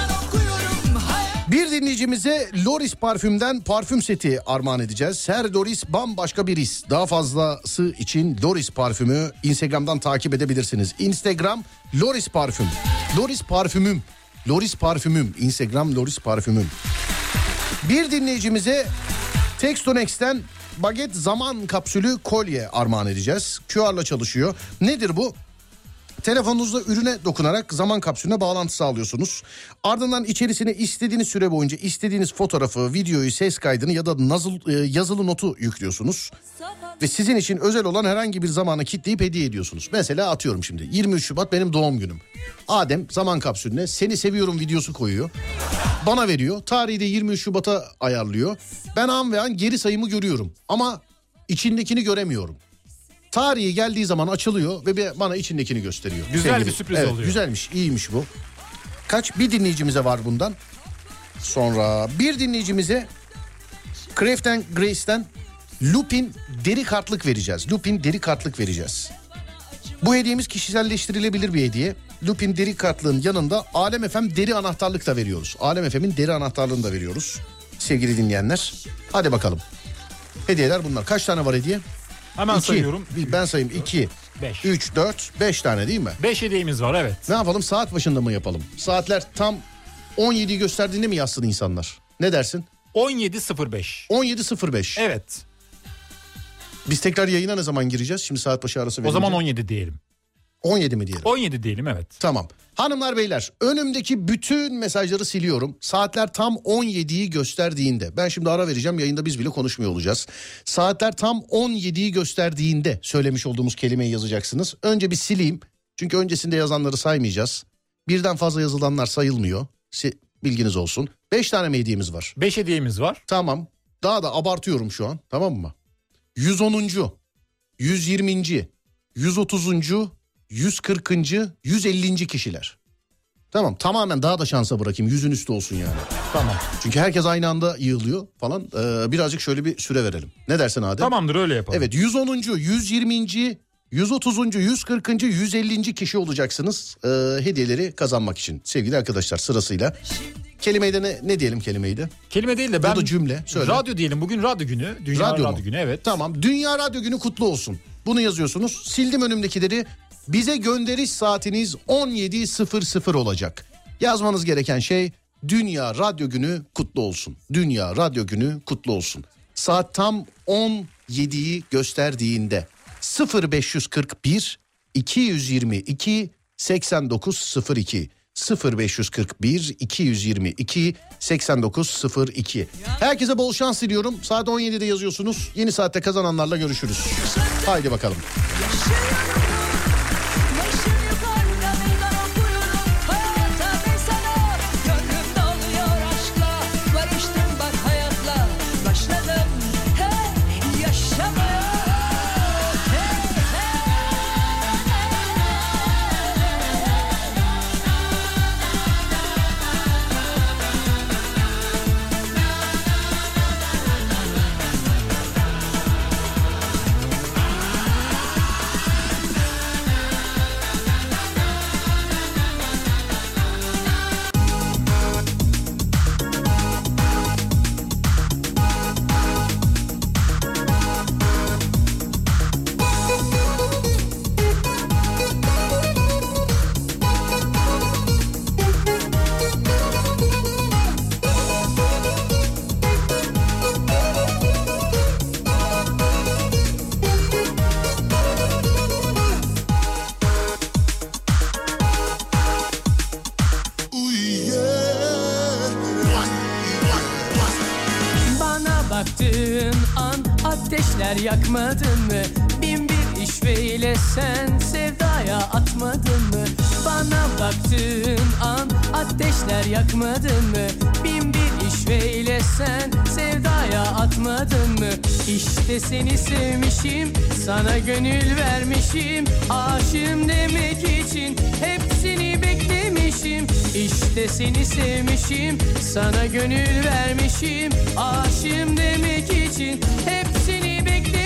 Bir dinleyicimize Loris parfümden parfüm seti armağan edeceğiz. Her Loris bambaşka bir his. Daha fazlası için Loris parfümü Instagram'dan takip edebilirsiniz. Instagram Loris parfüm. Loris parfümüm. Loris parfümüm. Instagram Loris parfümüm. Bir dinleyicimize Textonex'ten baget zaman kapsülü kolye armağan edeceğiz. QR'la çalışıyor. Nedir bu? Telefonunuzda ürüne dokunarak zaman kapsülüne bağlantı sağlıyorsunuz. Ardından içerisine istediğiniz süre boyunca istediğiniz fotoğrafı, videoyu, ses kaydını ya da yazılı notu yüklüyorsunuz. Ve sizin için özel olan herhangi bir zamana kilitleyip hediye ediyorsunuz. Mesela atıyorum şimdi 23 Şubat benim doğum günüm. Adem zaman kapsülüne seni seviyorum videosu koyuyor. Bana veriyor. Tarihi de 23 Şubat'a ayarlıyor. Ben an ve an geri sayımı görüyorum. Ama içindekini göremiyorum. Tarihi geldiği zaman açılıyor ve bana içindekini gösteriyor. Güzel bir sürpriz oluyor. Güzelmiş, iyiymiş bu. Bir dinleyicimize var bundan. Sonra bir dinleyicimize Craft & Grace'ten Lupin deri kartlık vereceğiz. Lupin deri kartlık vereceğiz. Bu hediyemiz kişiselleştirilebilir bir hediye. Lupin deri kartlığın yanında Alem FM deri anahtarlık da veriyoruz. Alem FM'in deri anahtarlığını da veriyoruz. Sevgili dinleyenler. Hadi bakalım. Hediyeler bunlar. Kaç tane var hediye? Hemen sayıyorum. Ben sayayım. 2, 5. 3, 4, 5 tane değil mi? 5 hediyemiz var, evet. Ne yapalım? Saat başında mı yapalım? Saatler tam 17'yi gösterdiğinde mi yazsın insanlar? Ne dersin? 17.05. 17.05. Evet. Biz tekrar yayına ne zaman gireceğiz? Şimdi saat başı arası verince. O zaman 17 diyelim. 17 mi diyelim? 17 diyelim, evet. Tamam. Hanımlar beyler, önümdeki bütün mesajları siliyorum. Saatler tam 17'yi gösterdiğinde, ben şimdi ara vereceğim, yayında biz bile konuşmuyor olacağız. Saatler tam 17'yi gösterdiğinde söylemiş olduğumuz kelimeyi yazacaksınız. Önce bir sileyim. Çünkü öncesinde yazanları saymayacağız. Birden fazla yazılanlar sayılmıyor. Bilginiz olsun. 5 tane mi hediyemiz var? 5 hediyemiz var. Tamam. Daha da abartıyorum şu an. Tamam mı? 110. 120. 130. 140. 150. kişiler. Tamam, tamamen daha da şansa bırakayım. 100'ün üstü olsun yani. Tamam. Çünkü herkes aynı anda yığılıyor falan. Birazcık şöyle bir süre verelim. Ne dersin Adem? Tamamdır, öyle yapalım. Evet, 110. 120. 130. 140. 150. kişi olacaksınız hediyeleri kazanmak için. Sevgili arkadaşlar, sırasıyla. Kelimeyi de ne diyelim kelimeyi de? Kelime değil de ben... Bu da cümle. Söyle. Radyo diyelim. Bugün radyo günü. Dünya radyo günü, evet. Tamam. Dünya Radyo Günü kutlu olsun. Bunu yazıyorsunuz. Sildim önümdekileri. Bize gönderiş saatiniz 17.00 olacak. Yazmanız gereken şey Dünya Radyo Günü kutlu olsun. Dünya Radyo Günü kutlu olsun. Saat tam 17'yi gösterdiğinde 0541 222 8902 0541 222 8902. Herkese bol şans diliyorum. Saat 17'de yazıyorsunuz. Yeni saatte kazananlarla görüşürüz. Haydi bakalım. Yakmadın mı? Bin bir işveyle sen sevdaya atmadın mı? Bana baktığın an ateşler yakmadın mı? Bin bir işveyle sen sevdaya atmadın mı? İşte seni sevmişim, sana gönül vermişim, aşığım demek için hepsini beklemişim. İşte seni sevmişim, sana gönül vermişim, aşığım demek için hepsini beklemişim.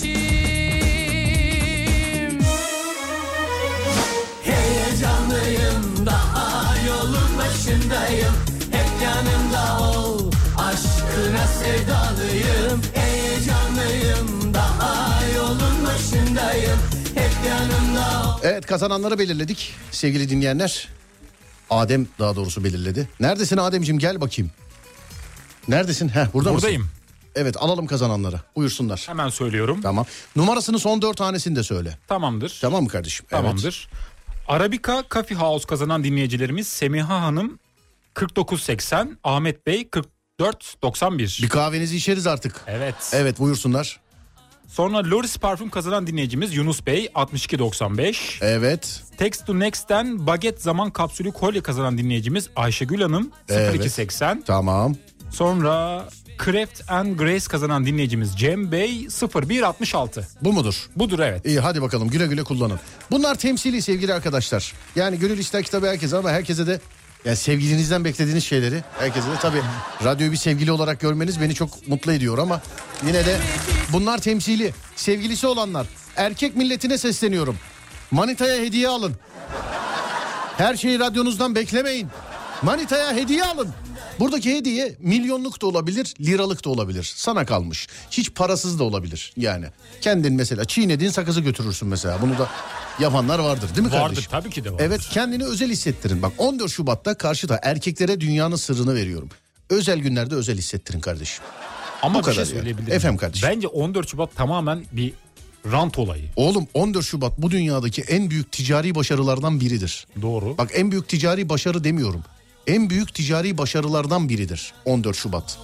Heyecanlıyım, daha yolun başındayım, hep yanımda ol, aşkına sevdalıyım. Heyecanlıyım, daha yolun başındayım, hep yanımda ol. Evet, kazananları belirledik sevgili dinleyenler. Adem daha doğrusu belirledi. Neredesin Ademciğim, gel bakayım. Neredesin? Buradayım. Mısın? Evet, alalım kazananları. Buyursunlar. Hemen söylüyorum. Tamam. Numarasını son 4 tanesini de söyle. Tamamdır. Tamam mı kardeşim? Tamamdır. Arabica Coffee House kazanan dinleyicilerimiz Semiha Hanım 49.80, Ahmet Bey 44.91. Bir kahvenizi içeriz artık. Evet. Evet, buyursunlar. Sonra Loris Parfüm kazanan dinleyicimiz Yunus Bey 62.95. Evet. Text to Next'ten Baget Zaman Kapsülü kolye kazanan dinleyicimiz Ayşegül Hanım 02.80. Tamam. Sonra Craft and Grace kazanan dinleyicimiz Cem Bey 01.66. Bu mudur? Budur, evet. İyi, hadi bakalım, güle güle kullanın. Bunlar temsili sevgili arkadaşlar. Yani gönül ister kitabı herkese, ama herkese de yani sevgilinizden beklediğiniz şeyleri herkese de, tabii radyoyu bir sevgili olarak görmeniz beni çok mutlu ediyor, ama yine de bunlar temsili. Sevgilisi olanlar, erkek milletine sesleniyorum. Manitaya hediye alın. Her şeyi radyonuzdan beklemeyin. Manitaya hediye alın. Buradaki hediye milyonluk da olabilir, liralık da olabilir. Sana kalmış. Hiç parasız da olabilir yani. Kendin mesela çiğnediğin sakızı götürürsün mesela. Bunu da yapanlar vardır, değil mi kardeşim? Vardır, tabii ki de vardır. Evet, kendini özel hissettirin. Bak, 14 Şubat'ta karşıda erkeklere dünyanın sırrını veriyorum. Özel günlerde özel hissettirin kardeşim. Ama bu bir şey kadar söyleyebilirim. yani. Efendim kardeşim. Bence 14 Şubat tamamen bir rant olayı. Oğlum, 14 Şubat bu dünyadaki en büyük ticari başarılardan biridir. Doğru. Bak, en büyük ticari başarı demiyorum. En büyük ticari başarılardan biridir 14 Şubat.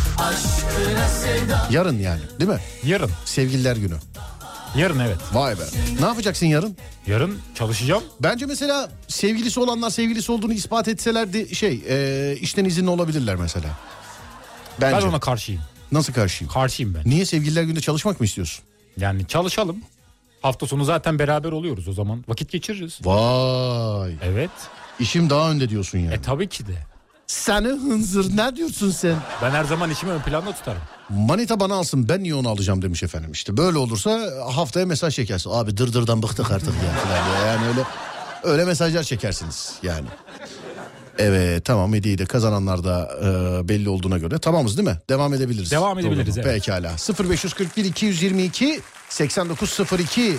Yarın yani, değil mi? Yarın. Sevgililer günü. Yarın, evet. Vay be. Ne yapacaksın yarın? Yarın çalışacağım. Bence mesela sevgilisi olanlar sevgilisi olduğunu ispat etselerdi işten izinli olabilirler mesela. Bence. Ben ona karşıyım. Nasıl karşıyım? Karşıyım ben. Niye, sevgililer günde çalışmak mı istiyorsun? Yani çalışalım. Hafta sonu zaten beraber oluyoruz o zaman. Vakit geçiririz. Vay. Evet. İşim daha önde diyorsun yani. Tabii ki de. Seni hınzır, ne diyorsun sen? Ben her zaman işimi ön planda tutarım. Manita bana alsın, ben niye onu alacağım demiş efendim. İşte böyle olursa haftaya mesaj çekersin. Abi dırdırdan bıktık artık ya falan. Yani öyle mesajlar çekersiniz yani. Evet, tamam, hediyeyi de kazananlar da belli olduğuna göre tamamız değil mi? Devam edebiliriz. Devam edebiliriz, evet. Pekala. 0541 222 8902.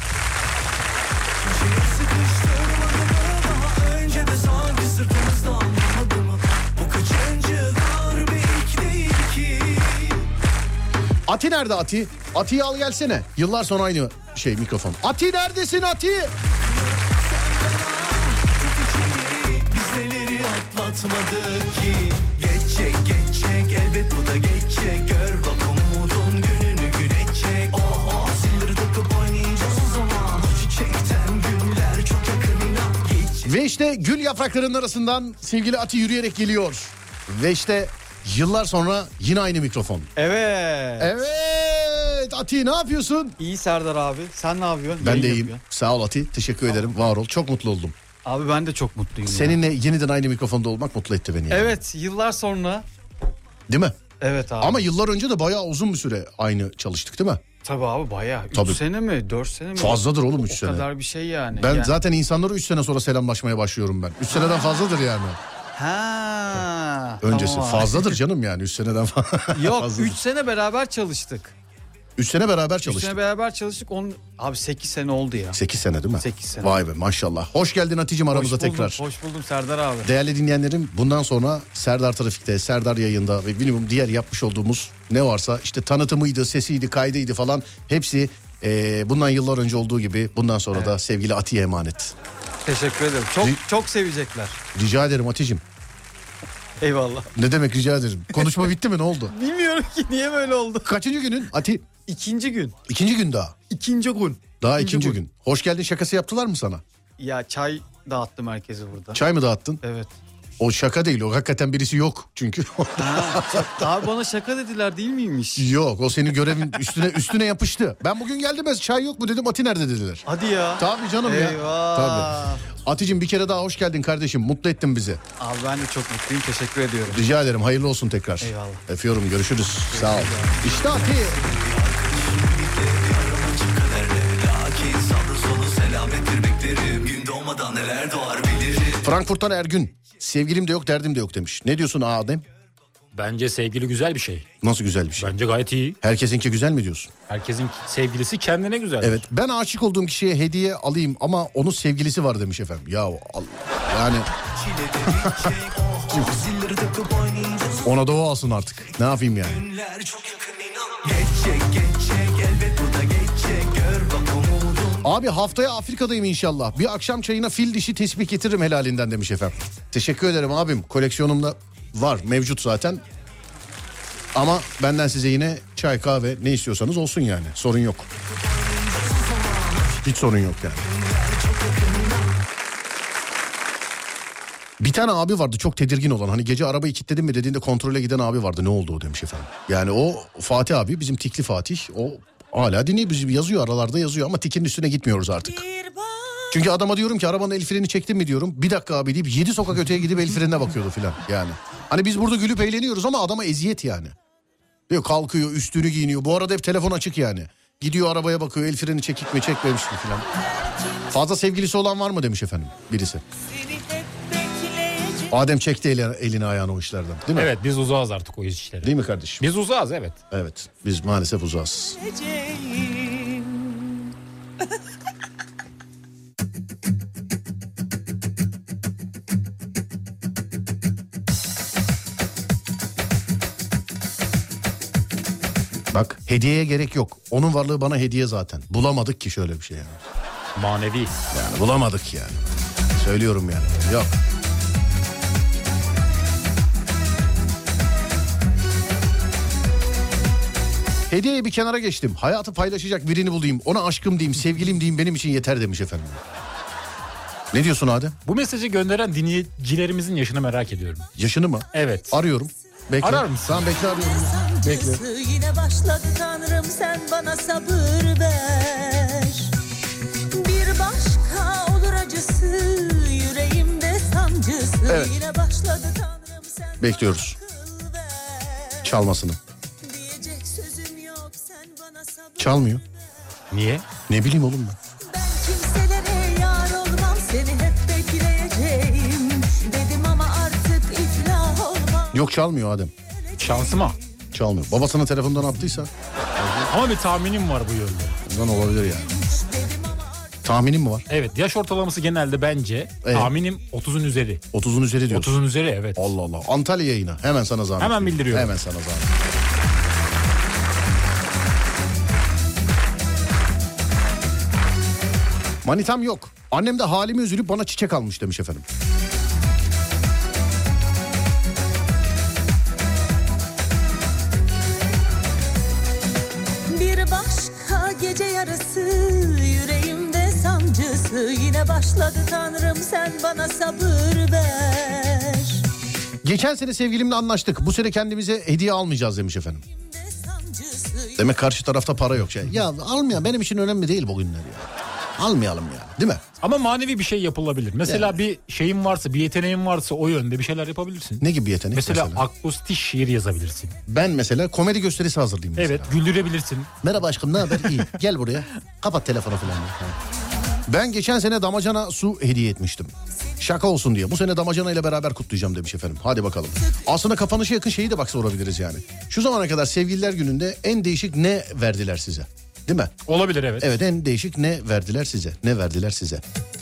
Ati nerede Ati? Ati'yi al gelsene. Yıllar sonra aynı mikrofon. Ati neredesin Ati? Biz neleri atlatmadık ki. Geçecek elbet bu da geçecek. Gör bak umudun gününü güneşecek. Oh zilleri takıp oynayacağız o zaman. Çiçekten günler çok yakın inan. Ve işte gül yapraklarının arasından sevgili Ati yürüyerek geliyor. Ve işte yıllar sonra yine aynı mikrofon. Evet. Evet Ati, ne yapıyorsun? İyi Serdar abi. Sen ne yapıyorsun? Ben Yayın de iyiyim. yapıyorsun. Sağ ol Ati. Teşekkür ederim. Var ol. Çok mutlu oldum. Abi ben de çok mutluyum. Seninle yeniden aynı mikrofonda olmak mutlu etti beni. Yani. Evet, yıllar sonra. Değil mi? Evet abi. Ama yıllar önce de bayağı uzun bir süre aynı çalıştık, değil mi? Tabii abi bayağı. 3 Tabii. sene mi? 4 sene mi? Fazladır oğlum 3 O sene. kadar bir şey yani. Ben Yani- zaten insanlara 3 sene sonra selamlaşmaya başlıyorum ben. 3 seneden fazladır yani. Ha. Öncesi tamam. fazladır canım yani 3 seneden fazla. Yok 3 sene beraber çalıştık. 3 sene beraber 3 çalıştık. sene beraber çalıştık. Abi 8 sene oldu ya. 8 sene değil mi? 8 sene. Vay be, maşallah. Hoş geldin Hatice'm aramıza Hoş buldum, tekrar. Hoş buldum Serdar abi. Değerli dinleyenlerim, bundan sonra Serdar Trafik'te, Serdar Yayında ve minimum diğer yapmış olduğumuz ne varsa işte tanıtımıydı, sesiydi, kaydıydı falan hepsi bundan yıllar önce olduğu gibi bundan sonra da sevgili Ati'ye emanet. Teşekkür ederim. Çok sevecekler. Rica ederim Hatice'm. Eyvallah. Ne demek rica ederim. Konuşma bitti mi, ne oldu? Bilmiyorum ki niye böyle oldu. Kaçıncı günün Ati? 2. gün. 2. gün daha. 2. gün. Daha İkinci 2. gün. Hoş geldin şakası yaptılar mı sana? Ya çay dağıttım herkese burada. Çay mı dağıttın? Evet. O şaka değil, o hakikaten birisi yok çünkü. Abi bana şaka dediler değil miymiş? Yok, o senin görevin üstüne yapıştı. Ben bugün geldim, çay yok mu dedim, Ati nerede dediler. Hadi ya. Tabii canım ya. Eyvah. Tabii. Aticim bir kere daha hoş geldin kardeşim, mutlu ettin bizi. Abi ben de çok mutluyum, teşekkür ediyorum. Rica ederim, hayırlı olsun tekrar. Eyvallah. Öpüyorum, görüşürüz. Sağ ol. İşte Ati. Lakin sabrı sonu selamettir beklerim. Gün doğmadan neler doğar bilirim. Frankfurt'tan Ergün. Sevgilim de yok, derdim de yok demiş. Ne diyorsun Adem? Bence sevgili güzel bir şey. Nasıl güzel bir şey? Bence gayet iyi. Herkesinki güzel mi diyorsun? Herkesin sevgilisi kendine güzel. Evet, ben aşık olduğum kişiye hediye alayım ama onun sevgilisi var demiş efendim. Ya Allah, yani ona da o alsın artık. Ne yapayım yani? Günler çok yakın inan. Geçecek elbet bu da geçecek. Gör bak umudun Abi haftaya Afrika'dayım inşallah. Bir akşam çayına fil dişi tesbih getiririm helalinden demiş efendim. Teşekkür ederim abim. Koleksiyonumda var, mevcut zaten. Ama benden size yine çay, kahve ne istiyorsanız olsun yani. Sorun yok. Hiç sorun yok yani. Bir tane abi vardı çok tedirgin olan. Hani gece arabayı kilitledin mi dediğinde kontrole giden abi vardı. Ne oldu o demiş efendim. Yani o Fatih abi, bizim tikli Fatih. O hala dinliyor, bizi yazıyor, aralarda yazıyor ama tikinin üstüne gitmiyoruz artık. Çünkü adama diyorum ki arabanın el freni çektin mi diyorum. Bir dakika abi deyip 7 sokak öteye gidip el frenine bakıyordu filan yani. Hani biz burada gülüp eğleniyoruz ama adama eziyet yani. Diyor kalkıyor, üstünü giyiniyor. Bu arada hep telefon açık yani. Gidiyor arabaya bakıyor, el freni çekik mi çekmemiş mi filan. Fazla sevgilisi olan var mı demiş efendim birisi. Adem çekti elini ayağını o işlerden değil mi? Evet, biz uzağız artık o işlere. Değil mi kardeşim? Biz uzağız, evet. Evet, biz maalesef uzağız. Bak hediyeye gerek yok. Onun varlığı bana hediye zaten. Bulamadık ki şöyle bir şey yani. Manevi. Yani bulamadık yani. Söylüyorum yani. Yok. Hediyeyi bir kenara geçtim. Hayatı paylaşacak birini bulayım. Ona aşkım diyeyim, sevgilim diyeyim, benim için yeter demiş efendim. Ne diyorsun Adem? Bu mesajı gönderen dinleyicilerimizin yaşını merak ediyorum. Yaşını mı? Evet. Arıyorum. Bekle. Arar mısın? Tamam bekle, arıyorum. Bekle. Yine başladı Tanrım, sen bana sabır ver. Bir başka olur acısı, yüreğimde sancısı. Evet. Yine başladı Tanrım, sen Bekliyoruz. Çalmasını. diyecek sözüm yok, sen bana sabır. Çalmıyor. Niye? Ne bileyim oğlum ben. Ben kimselere yar olmam, seni hep bekleyeceğim dedim ama artık iflah olmam. Yok çalmıyor Adem. Şansıma. Çalmıyor. Babasının telefonundan attıysa Ama bir tahminim var bu yönde. ondan olabilir yani. Tahminin mi var? Evet, yaş ortalaması genelde bence tahminim 30'un üzeri. 30'un üzeri diyorsun. 30'un üzeri, evet. Allah Allah. Antalya yayına. Hemen sana zahmet. Hemen bildiriyorum. Hemen sana zahmet. Manitam yok. Annem de halime üzülüp bana çiçek almış demiş efendim. Bir başka gece yarısı, yüreğimde sancısı. Yine başladı Tanrım, sen bana sabır ver. Geçen sene sevgilimle anlaştık. Bu sene kendimize hediye almayacağız demiş efendim. Demek karşı tarafta para yok. Ya almayalım, benim için önemli değil bugünler ya. Almayalım ya, değil mi? Ama manevi bir şey yapılabilir. Mesela bir şeyin varsa, bir yeteneğin varsa o yönde bir şeyler yapabilirsin. Ne gibi bir yetenek mesela? Akustik şiir yazabilirsin. Ben mesela komedi gösterisi hazırlayayım mesela. Evet, güldürebilirsin. Merhaba aşkım, ne haber? İyi. Gel buraya. Kapat telefonu falan. Ben geçen sene damacana su hediye etmiştim. Şaka olsun diye. Bu sene damacana ile beraber kutlayacağım demiş efendim. Hadi bakalım. Aslında kapanışa yakın şeyi de bak sorabiliriz yani. Şu zamana kadar sevgililer gününde en değişik ne verdiler size? Değil mi? Olabilir, evet. Evet, en değişik ne verdiler size? Ne verdiler size?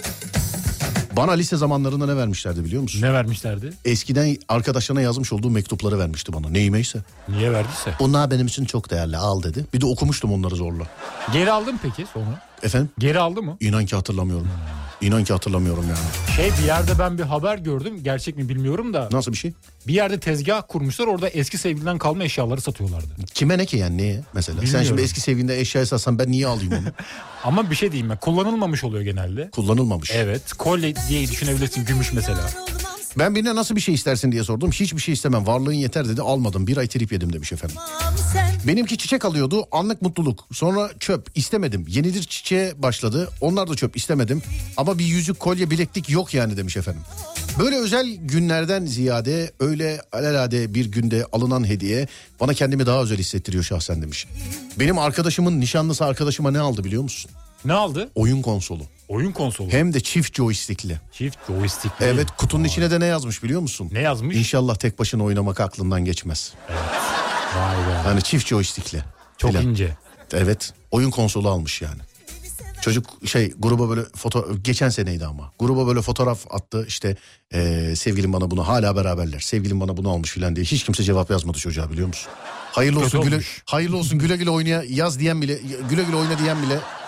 Bana lise zamanlarında ne vermişlerdi biliyor musun? Ne vermişlerdi? Eskiden arkadaşlarına yazmış olduğu mektupları vermişti bana. Neyimeyse. Niye verdiyse? Bunlar benim için çok değerli, al dedi. Bir de okumuştum onları zorla. Geri aldın peki sonra? Efendim? Geri aldı mı? İnan ki hatırlamıyorum. İnan ki hatırlamıyorum yani. Bir yerde ben bir haber gördüm. Gerçek mi bilmiyorum da. Nasıl bir şey? Bir yerde tezgah kurmuşlar. Orada eski sevgiliden kalma eşyaları satıyorlardı. Kime ne ki yani, neye mesela? Bilmiyorum. Sen şimdi eski sevgilinde eşya satsan ben niye alayım onu? Ama bir şey diyeyim ben. Kullanılmamış oluyor genelde. Kullanılmamış. Evet. Kolye diye düşünebilirsin. Gümüş mesela. Ben birine nasıl bir şey istersin diye sordum. Hiçbir şey istemem, varlığın yeter dedi, almadım. Bir ay trip yedim demiş efendim. Benimki çiçek alıyordu, anlık mutluluk. Sonra çöp, istemedim. Yenidir çiçeğe başladı, onlar da çöp, istemedim. Ama bir yüzük, kolye, bileklik yok yani demiş efendim. Böyle özel günlerden ziyade öyle alelade bir günde alınan hediye bana kendimi daha özel hissettiriyor şahsen demiş. Benim arkadaşımın nişanlısı arkadaşıma ne aldı biliyor musun? Ne aldı? Oyun konsolu. Oyun konsolu. Hem de çift joystickli. Çift joystickli. Evet, kutunun içine de ne yazmış biliyor musun? Ne yazmış? İnşallah tek başına oynamak aklından geçmez. Evet. Vay be. Hani çift joystickli. Çok Falan. ince. Evet, oyun konsolu almış yani. Çocuk gruba böyle geçen seneydi ama. Gruba böyle fotoğraf attı işte, sevgilim bana bunu, hala beraberler. Sevgilim bana bunu almış filan diye. Hiç kimse cevap yazmadı çocuğa biliyor musun? Hayırlı olsun güle, hayırlı olsun güle güle oynaya yaz diyen bile, güle güle oyna diyen bile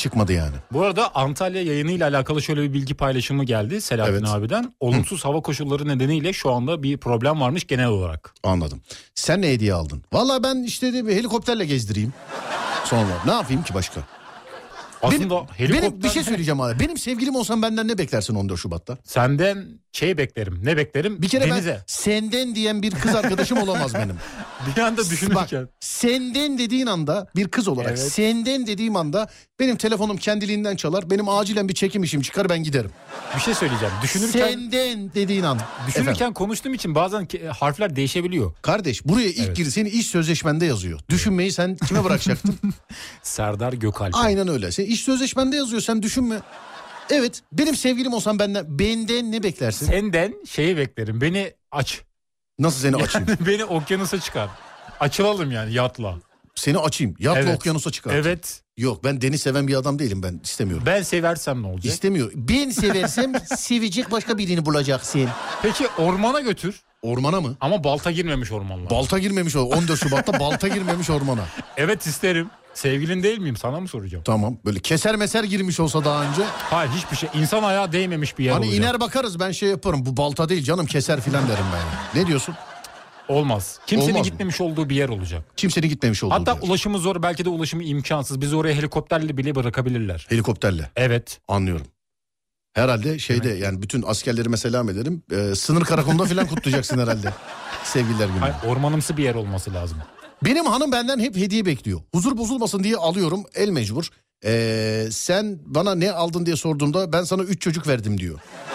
Çıkmadı yani. Bu arada Antalya yayınıyla alakalı şöyle bir bilgi paylaşımı geldi Selahattin abiden. Olumsuz hava koşulları nedeniyle şu anda bir problem varmış genel olarak. Anladım. Sen ne hediye aldın? Vallahi ben işte bir helikopterle gezdireyim. Sonra ne yapayım ki başka? Aslında benim bir şey söyleyeceğim abi. Benim sevgilim olsam benden ne beklersin 14 Şubat'ta? Senden beklerim. Ne beklerim? Bir kere Denize. ben senden diyen bir kız arkadaşım olamaz benim. Bir anda düşünürken. Bak, senden dediğin anda bir kız olarak senden dediğim anda benim telefonum kendiliğinden çalar. Benim acilen bir çekim işim çıkar, ben giderim. Bir şey söyleyeceğim. Düşünürken. Senden dediğin an. Düşünürken konuştuğum için bazen harfler değişebiliyor. Kardeş buraya ilk gir, senin iş sözleşmende yazıyor. Düşünmeyi sen kime bırakacaktın? Serdar Gökalp. Aynen öyle. Senin iş sözleşmende yazıyor, sen düşünme. Evet, benim sevgilim olsam benden ne beklersin? Senden beklerim. Beni aç. Nasıl seni açayım? Beni okyanusa çıkar. Açılalım yani yatla. Seni açayım. Yatla okyanusa çıkar. Evet. Yok, ben deniz seven bir adam değilim, ben istemiyorum. Ben seversem ne olacak? İstemiyor. Ben seversem sevecek başka birini bulacaksın. Peki ormana götür. Ormana mı? Ama balta girmemiş ormanlara. Balta girmemiş 14 Şubat'ta balta girmemiş ormana. Evet isterim. Sevgilin değil miyim? Sana mı soracağım? Tamam. Böyle keser meser girmiş olsa daha önce. Hayır, hiçbir şey. İnsan ayağı değmemiş bir yer hani olacak. iner bakarız, ben yaparım. Bu balta değil canım, keser filan derim ben. Ne diyorsun? Olmaz. Kimsenin Olmaz gitmemiş olduğu bir yer olacak. Kimsenin gitmemiş olduğu Hatta bir yer. ulaşımı zor, belki de ulaşımı imkansız. Bizi oraya helikopterle bile bırakabilirler. Helikopterle. Evet. Anlıyorum. Herhalde yani bütün askerlerime selam ederim. Sınır karakolunda filan kutlayacaksın herhalde. Sevgililer günü. Hayır, ormanımsı bir yer olması lazım. Benim hanım benden hep hediye bekliyor. Huzur bozulmasın diye alıyorum, el mecbur. Sen bana ne aldın diye sorduğumda ben sana 3 çocuk verdim diyor.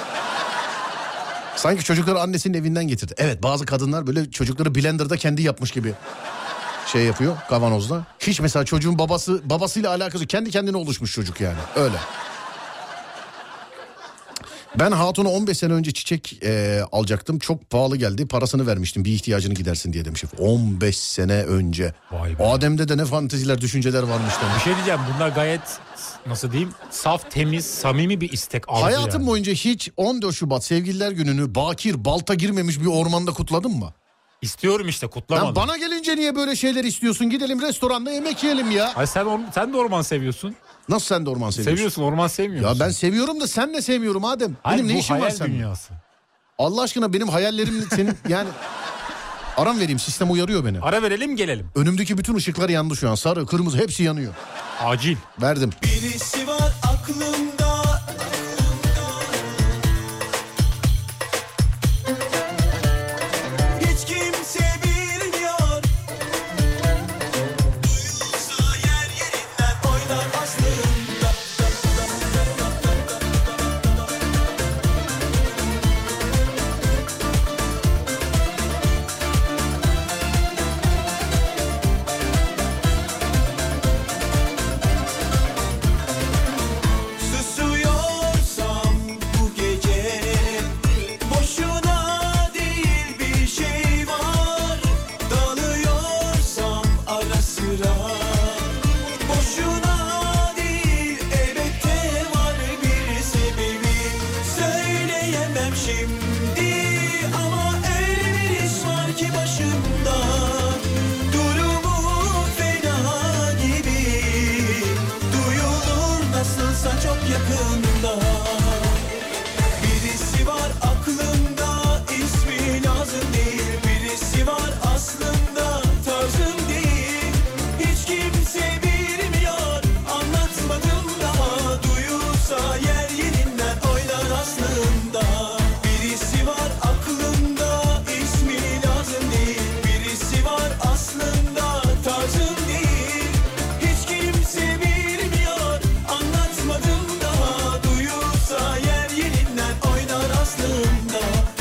Sanki çocukları annesinin evinden getirdi. Evet, bazı kadınlar böyle çocukları blenderda kendi yapmış gibi yapıyor kavanozda. Hiç mesela çocuğun babasıyla alakası, kendi kendine oluşmuş çocuk yani, öyle. Ben hatuna 15 sene önce çiçek alacaktım. Çok pahalı geldi. Parasını vermiştim, bir ihtiyacını gidersin diye demiş. 15 sene önce. Vay be. Adem'de de ne fanteziler, düşünceler varmış demiş. Bir şey diyeceğim, bunlar gayet nasıl diyeyim, saf, temiz, samimi bir istek. Hayatım yani. boyunca hiç 14 Şubat Sevgililer Günü'nü bakir, balta girmemiş bir ormanda kutladın mı? İstiyorum işte, kutlamadım. Ya bana gelince niye böyle şeyler istiyorsun? Gidelim restoranda yemek yiyelim ya. Hayır, sen de orman seviyorsun. Nasıl sen de orman seviyorsun? Seviyorsun, orman sevmiyor musun? Ya ben seviyorum da sen ne sevmiyorum Adem? Hayır, benim ne işim var seninle? Dünyası. Allah aşkına, benim hayallerim senin yani... Aram vereyim, sistem uyarıyor beni. Ara verelim, gelelim. Önümdeki bütün ışıklar yandı şu an. Sarı, kırmızı hepsi yanıyor. Acil. Verdim. Birisi var aklımda. Hiç kimse bilmiyor. Duyulsa yer yerinden oynar aslında. Susuyorsam bu gece boşuna değil, bir şey var. Dalıyorsam ara sıra boşuna değil, elbette var bir sebebi. Söyleyemem şimdi ama öyle bir iş var ki başımda. Durumu fena gibi, duyulur nasılsa çok yakında. Birisi var aklımda, ismi lazım değil. Birisi var aslında, tarzım değil. Hiç kimse bilmiyor, anlatmadım daha. Duyulsa yer yerinden oynar aslında. Birisi var aklımda, ismi lazım değil. Birisi var aslında, tarzım değil. Hiç kimse bilmiyor, anlatmadım daha. Duyulsa yer yerinden oynar aslında.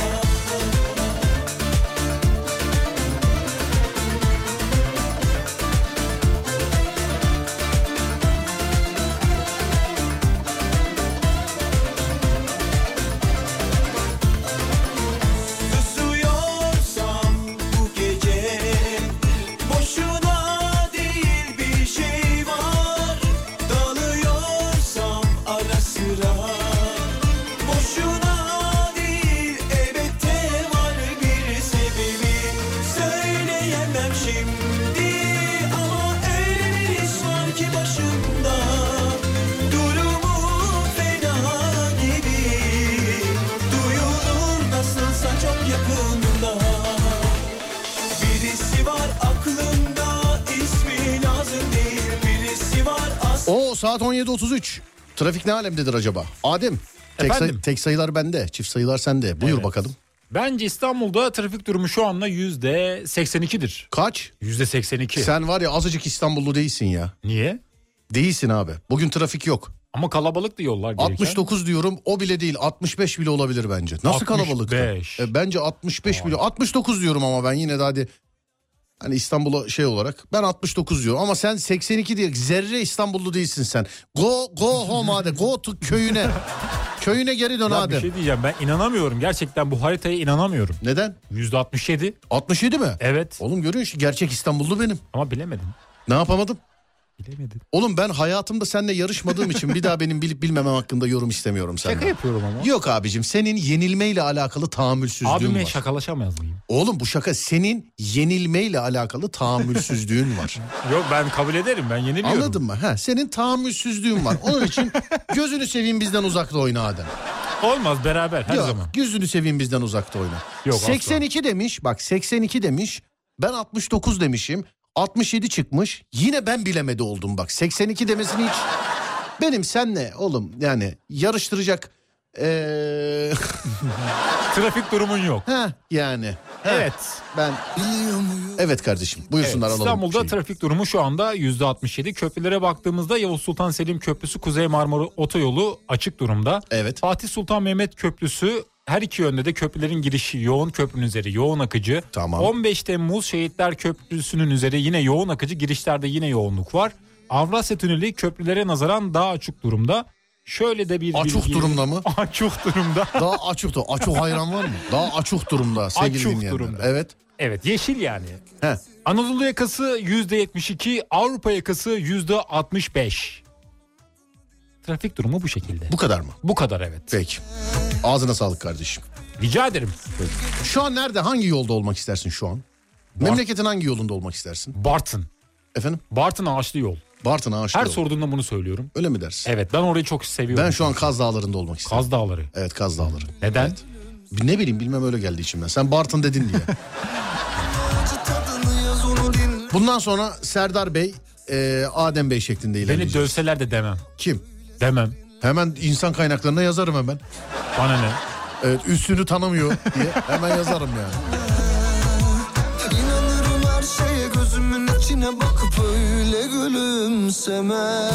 Susuyorsam bu gece boşuna değil, bir şey var. Dalıyorsam ara sıra boşuna değil, elbette var bir sebebi. Söyleyemem şimdi ama öyle bir iş var ki başımda. saat 17.33. Trafik ne alemdedir acaba? Adem, tek sayılar bende, çift sayılar sende. Buyur bakalım. Bence İstanbul'da trafik durumu şu anda %82'dir. Kaç? %82. Sen var ya azıcık İstanbullu değilsin ya. Niye? Değilsin abi. Bugün trafik yok. Ama kalabalıktı yollar gelirken. 69 diyorum, o bile değil, 65 bile olabilir bence. Nasıl 65. kalabalık? Bence 65 bile. 69 diyorum ama ben yine de hadi. Hani İstanbul'a şey olarak ben 69 diyorum ama sen 82 diye zerre İstanbullu değilsin sen. Go home hadi, go to köyüne. Köyüne geri dön hadi. Bir şey diyeceğim, ben inanamıyorum. Gerçekten bu haritaya inanamıyorum. Neden? %67. 67 mi? Evet. Oğlum görüyor musun? Gerçek İstanbullu benim. Ama bilemedim. Ne yapamadım? Bilemedim. Oğlum ben hayatımda seninle yarışmadığım için bir daha benim bilip bilmemem hakkında yorum istemiyorum senden. Şaka yapıyorum ama. Yok abicim, senin yenilmeyle alakalı tahammülsüzlüğün Abimle var. şakalaşamaz mıyım? Oğlum bu şaka, senin yenilmeyle alakalı tahammülsüzlüğün var. Yok, ben kabul ederim, ben yeniliyorum. Anladın mı? Senin tahammülsüzlüğün var. Onun için gözünü seveyim bizden uzakta oyna Adem. Olmaz, beraber her Yok, zaman. gözünü seveyim bizden uzakta oyna. Yok, 82 asla. Demiş, bak 82 demiş. Ben 69 demişim. 67 çıkmış. Yine ben bilemedi oldum bak. 82 demesini hiç... Benim senle oğlum yani yarıştıracak... Trafik durumun yok. Yani. Evet. Ben... Evet kardeşim, buyursunlar, alalım. İstanbul'da trafik durumu şu anda %67. Köprülere baktığımızda Yavuz Sultan Selim Köprüsü, Kuzey Marmara Otoyolu açık durumda. Evet. Fatih Sultan Mehmet Köprüsü, her iki yönde de köprülerin girişi yoğun, köprünün üzeri yoğun akıcı. Tamam. 15 Temmuz Şehitler Köprüsü'nün üzeri yine yoğun akıcı, girişlerde yine yoğunluk var. Avrasya Tüneli köprülere nazaran daha açık durumda. Şöyle de bir açık bilgi... durumda mı? Açık durumda. Daha açık da. Açık hayran var mı? Daha açık durumda sevgili açık dinleyenler. durumda. Evet. Evet, yeşil yani. He. Anadolu yakası %72, Avrupa yakası %65. Trafik durumu bu şekilde. Bu kadar mı? Bu kadar, evet. Peki. Ağzına sağlık kardeşim. Rica ederim. Peki. Şu an nerede, hangi yolda olmak istersin şu an? Memleketin hangi yolunda olmak istersin? Bartın. Efendim? Bartın Ağaçlı Yol. Bartın Ağaçlı Her Yol. sorduğunda bunu söylüyorum. Öyle mi dersin? Evet, ben orayı çok seviyorum. Ben şu an Kaz Dağları'nda olmak istiyorum. Kaz Dağları. Evet, Kaz Dağları. Neden? Evet. Ne bileyim, bilmem, öyle geldi içimden. Sen Bartın dedin diye. Bundan sonra Serdar Bey, Adem Bey şeklinde ilerleyeceğiz. Beni dövseler de demem. Kim? Demem. Hemen insan kaynaklarına yazarım hemen. Bana ne? Evet, üstünü tanımıyor diye hemen yazarım yani. İnanırım her şeye, gözümün içine bakıp öyle gülümseme.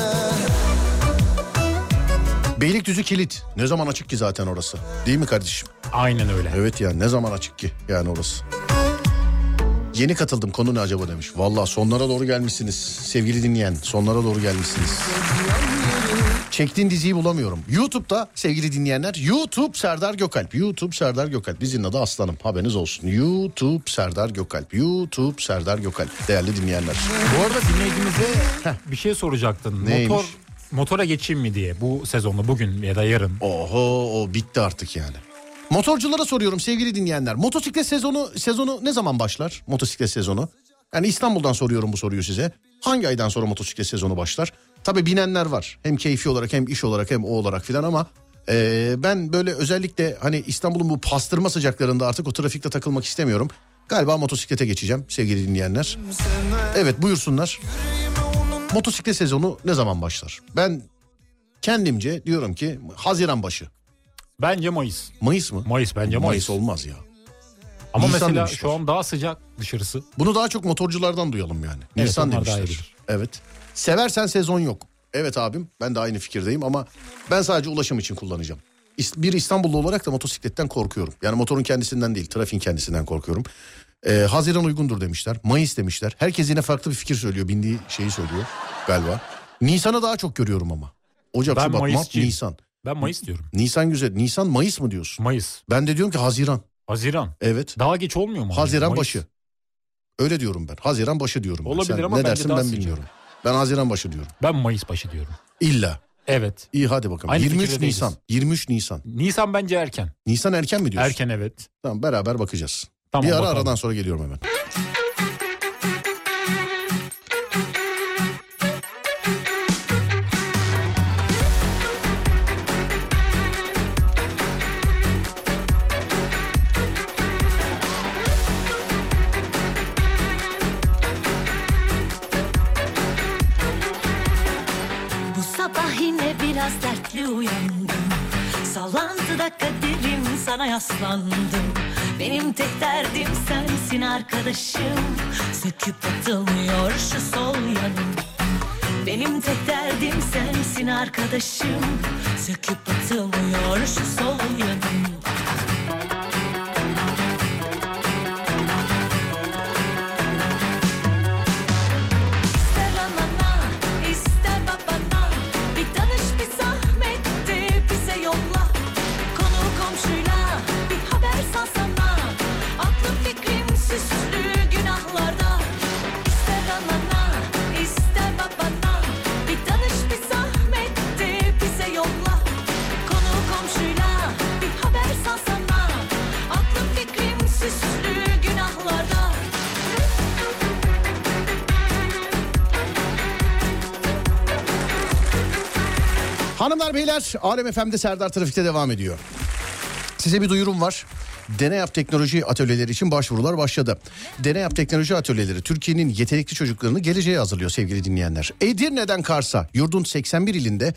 Beylikdüzü kilit. Ne zaman açık ki zaten orası? Değil mi kardeşim? Aynen öyle. Evet ya, ne zaman açık ki yani orası? Yeni katıldım, konu ne acaba demiş. Vallahi sonlara doğru gelmişsiniz sevgili dinleyen. Sonlara doğru gelmişsiniz. Çektiğin diziyi bulamıyorum. YouTube'da sevgili dinleyenler, YouTube Serdar Gökalp. YouTube Serdar Gökalp. Dizinin adı Aslanım, haberiniz olsun. YouTube Serdar Gökalp. YouTube Serdar Gökalp. Değerli dinleyenler. Bu arada dinleyicimize bir şey soracaktın. Neymiş? Motora geçeyim mi diye bu sezonda, bugün ya da yarın. Oho, o bitti artık yani. Motorculara soruyorum sevgili dinleyenler. Motosiklet sezonu ne zaman başlar? Motosiklet sezonu. Yani İstanbul'dan soruyorum bu soruyu size. Hangi aydan sonra motosiklet sezonu başlar? Tabii binenler var. Hem keyfi olarak, hem iş olarak, hem o olarak filan ama ben böyle özellikle hani İstanbul'un bu pastırma sıcaklarında artık o trafikte takılmak istemiyorum. Galiba motosiklete geçeceğim sevgili dinleyenler. Evet, buyursunlar. Motosiklet sezonu ne zaman başlar? Ben kendimce diyorum ki Haziran başı. Bence Mayıs. Mayıs mı? Mayıs, bence Mayıs olmaz ya. Ama Nisan mesela demişler. şu an daha sıcak dışarısı. Bunu daha çok motorculardan duyalım yani. Evet, Nisan onlar daha demişler. iyidir. Evet. Seversen sezon yok. Evet abim, ben de aynı fikirdeyim ama ben sadece ulaşım için kullanacağım. Bir İstanbullu olarak da motosikletten korkuyorum. Yani motorun kendisinden değil, trafiğin kendisinden korkuyorum. Haziran uygundur demişler. Mayıs demişler. Herkes yine farklı bir fikir söylüyor. Bindiği şeyi söylüyor galiba. Nisan'ı daha çok görüyorum ama. Ocak, Ben Şubat, Mart, Mayısçıyım. Nisan. Ben Mayıs diyorum. Nisan güzel. Nisan, Mayıs mı diyorsun? Mayıs. Ben de diyorum ki Haziran. Haziran. Evet. Daha geç olmuyor mu? Haziran Mayıs. başı. Öyle diyorum ben. Haziran başı diyorum. Olabilir Sen ama ne bence dersin daha ben sıcak. bilmiyorum. Ben Haziran başı diyorum. Ben Mayıs başı diyorum. İlla. Evet. İyi, hadi bakalım. Aynı 23 fikirde Nisan. değiliz. 23 Nisan. Nisan bence erken. Nisan erken mi diyorsun? Erken, evet. Tamam, beraber bakacağız. Tamam, bir ara bakalım. aradan sonra geliyorum hemen. şimdi uyandım. Sallantıda kaderim, sana yaslandım. Benim tek derdim sensin arkadaşım. Söküp atılmıyor şu sol yanım. Benim tek derdim sensin arkadaşım. Söküp atılmıyor şu sol yanım. İster anana, ister babana, bir danış bir zahmetti bize yolla. Konu komşuyla bir haber salsana. Aklım fikrim süslü günahlarda. İster anana, ister babana, bir danış bir zahmetti bize yolla. Konu komşuyla bir haber salsana. Aklım fikrim süslü günahlarda. Hanımlar beyler, Alem FM'de Serdar Trafik'te devam ediyor. Size bir duyurum var. Deneyap Teknoloji Atölyeleri için başvurular başladı. Deneyap Teknoloji Atölyeleri Türkiye'nin yetenekli çocuklarını geleceğe hazırlıyor sevgili dinleyenler. Edirne'den Kars'a, yurdun 81 ilinde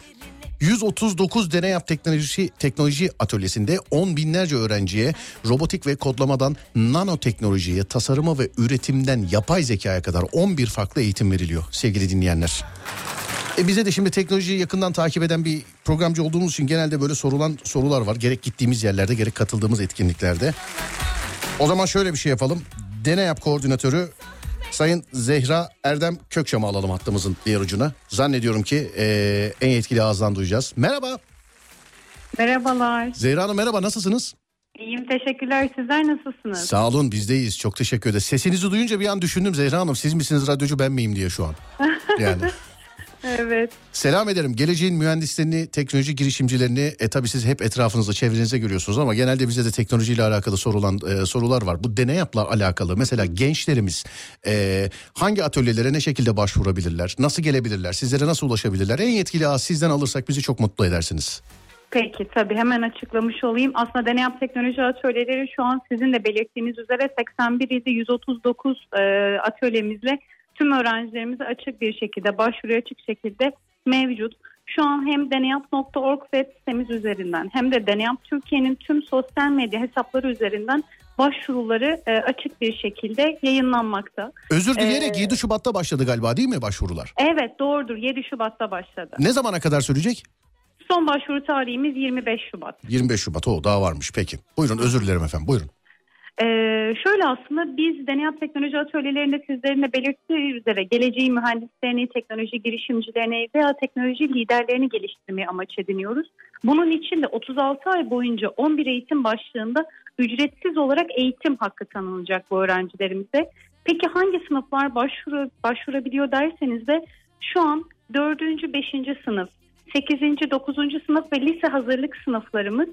139 Deneyap Teknoloji Atölyesi'nde 10 binlerce öğrenciye robotik ve kodlamadan nanoteknolojiye, tasarıma ve üretimden yapay zekaya kadar 11 farklı eğitim veriliyor sevgili dinleyenler. Bize de şimdi teknolojiyi yakından takip eden bir programcı olduğumuz için genelde böyle sorulan sorular var. Gerek gittiğimiz yerlerde gerek katıldığımız etkinliklerde. O zaman şöyle bir şey yapalım. Deneyap Koordinatörü Sayın Zehra Erdem Kökçam'ı alalım hattımızın diğer ucuna. Zannediyorum ki en yetkili ağızdan duyacağız. Merhaba. Merhabalar. Zehra Hanım merhaba, nasılsınız? İyiyim, teşekkürler. Sizler nasılsınız? Sağ olun, bizdeyiz. Çok teşekkür ederiz. Sesinizi duyunca bir an düşündüm Zehra Hanım. Siz misiniz radyocu, ben miyim diye şu an. Yani... Evet. Selam ederim. Geleceğin mühendislerini, teknoloji girişimcilerini tabii siz hep etrafınızda, çevrenizde görüyorsunuz ama genelde bize de teknolojiyle alakalı sorular var. Bu Deneyap'la alakalı mesela gençlerimiz hangi atölyelere ne şekilde başvurabilirler? Nasıl gelebilirler? Sizlere nasıl ulaşabilirler? En yetkili ağız sizden alırsak bizi çok mutlu edersiniz. Peki, tabii hemen açıklamış olayım. Aslında Deneyap Teknoloji Atölyeleri şu an sizin de belirttiğiniz üzere 81 ilde 139 atölyemizle tüm öğrencilerimize açık bir şekilde, başvuruya açık şekilde mevcut. Şu an hem deneyap.org web sitemiz üzerinden hem de Deneyap Türkiye'nin tüm sosyal medya hesapları üzerinden başvuruları açık bir şekilde yayınlanmakta. Özür dileyerek 7 Şubat'ta başladı galiba değil mi başvurular? Evet, doğrudur, 7 Şubat'ta başladı. Ne zamana kadar sürecek? Son başvuru tarihimiz 25 Şubat. 25 Şubat, o daha varmış, peki. Buyurun, özür dilerim efendim, buyurun. Şöyle aslında biz Deneyap Teknoloji Atölyelerinde sizlerin de belirttiği üzere geleceğin mühendislerini, teknoloji girişimcilerini veya teknoloji liderlerini geliştirmeyi amaç ediniyoruz. Bunun için de 36 ay boyunca 11 eğitim başlığında ücretsiz olarak eğitim hakkı tanınacak bu öğrencilerimize. Peki hangi sınıflar başvurabiliyor derseniz de şu an 4. 5. sınıf, 8. 9. sınıf ve lise hazırlık sınıflarımız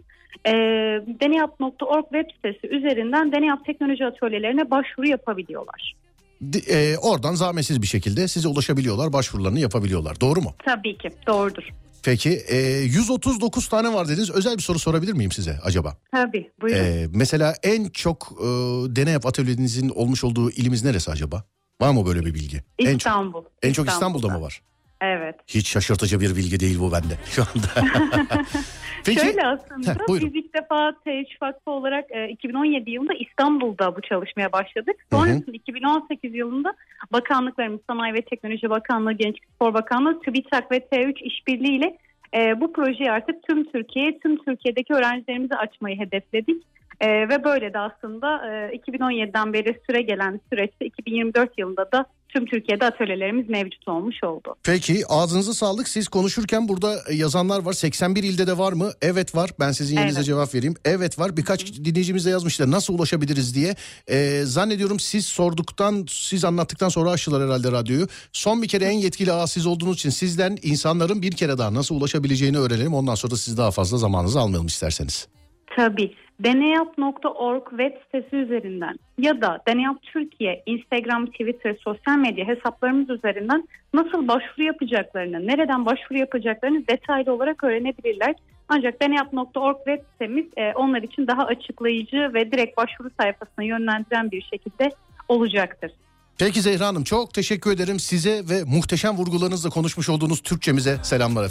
deneyap.org web sitesi üzerinden Deneyap Teknoloji Atölyelerine başvuru yapabiliyorlar. Oradan zahmetsiz bir şekilde size ulaşabiliyorlar, başvurularını yapabiliyorlar. Doğru mu? Tabii ki, doğrudur. Peki 139 tane var dediniz. Özel bir soru sorabilir miyim size acaba? Tabii, buyurun. Mesela en çok Deneyap Atölyenizin olmuş olduğu ilimiz neresi acaba? Var mı böyle bir bilgi? İstanbul. En çok İstanbul'da mı var? Evet. Hiç şaşırtıcı bir bilgi değil bu bende şu anda. Peki, şöyle aslında biz ilk defa TEİŞ Vakfı olarak 2017 yılında İstanbul'da bu çalışmaya başladık. Sonrasında 2018 yılında bakanlıklarımız Sanayi ve Teknoloji Bakanlığı, Gençlik Spor Bakanlığı, TÜBİTAK ve T3 işbirliğiyle bu projeyi artık tüm Türkiye'deki öğrencilerimize açmayı hedefledik. Ve böyle de aslında 2017'den beri süre gelen süreçte 2024 yılında da tüm Türkiye'de atölyelerimiz mevcut olmuş oldu. Peki, ağzınıza sağlık. Siz konuşurken burada yazanlar var. 81 ilde de var mı? Evet var. Ben sizin yerinize cevap vereyim. Evet var. Birkaç dinleyicimiz de yazmışlar nasıl ulaşabiliriz diye. Zannediyorum siz anlattıktan sonra açtılar herhalde radyoyu. Son bir kere en yetkili ağız siz olduğunuz için sizden insanların bir kere daha nasıl ulaşabileceğini öğrenelim. Ondan sonra da siz daha fazla zamanınızı almayalım isterseniz. Tabii. Deneyap.org web sitesi üzerinden ya da Deneyap Türkiye, Instagram, Twitter, sosyal medya hesaplarımız üzerinden nasıl başvuru yapacaklarını, nereden başvuru yapacaklarını detaylı olarak öğrenebilirler. Ancak Deneyap.org web sitemiz onlar için daha açıklayıcı ve direkt başvuru sayfasına yönlendiren bir şekilde olacaktır. Peki Zehra Hanım, çok teşekkür ederim size ve muhteşem vurgularınızla konuşmuş olduğunuz Türkçemize selamlar efendim.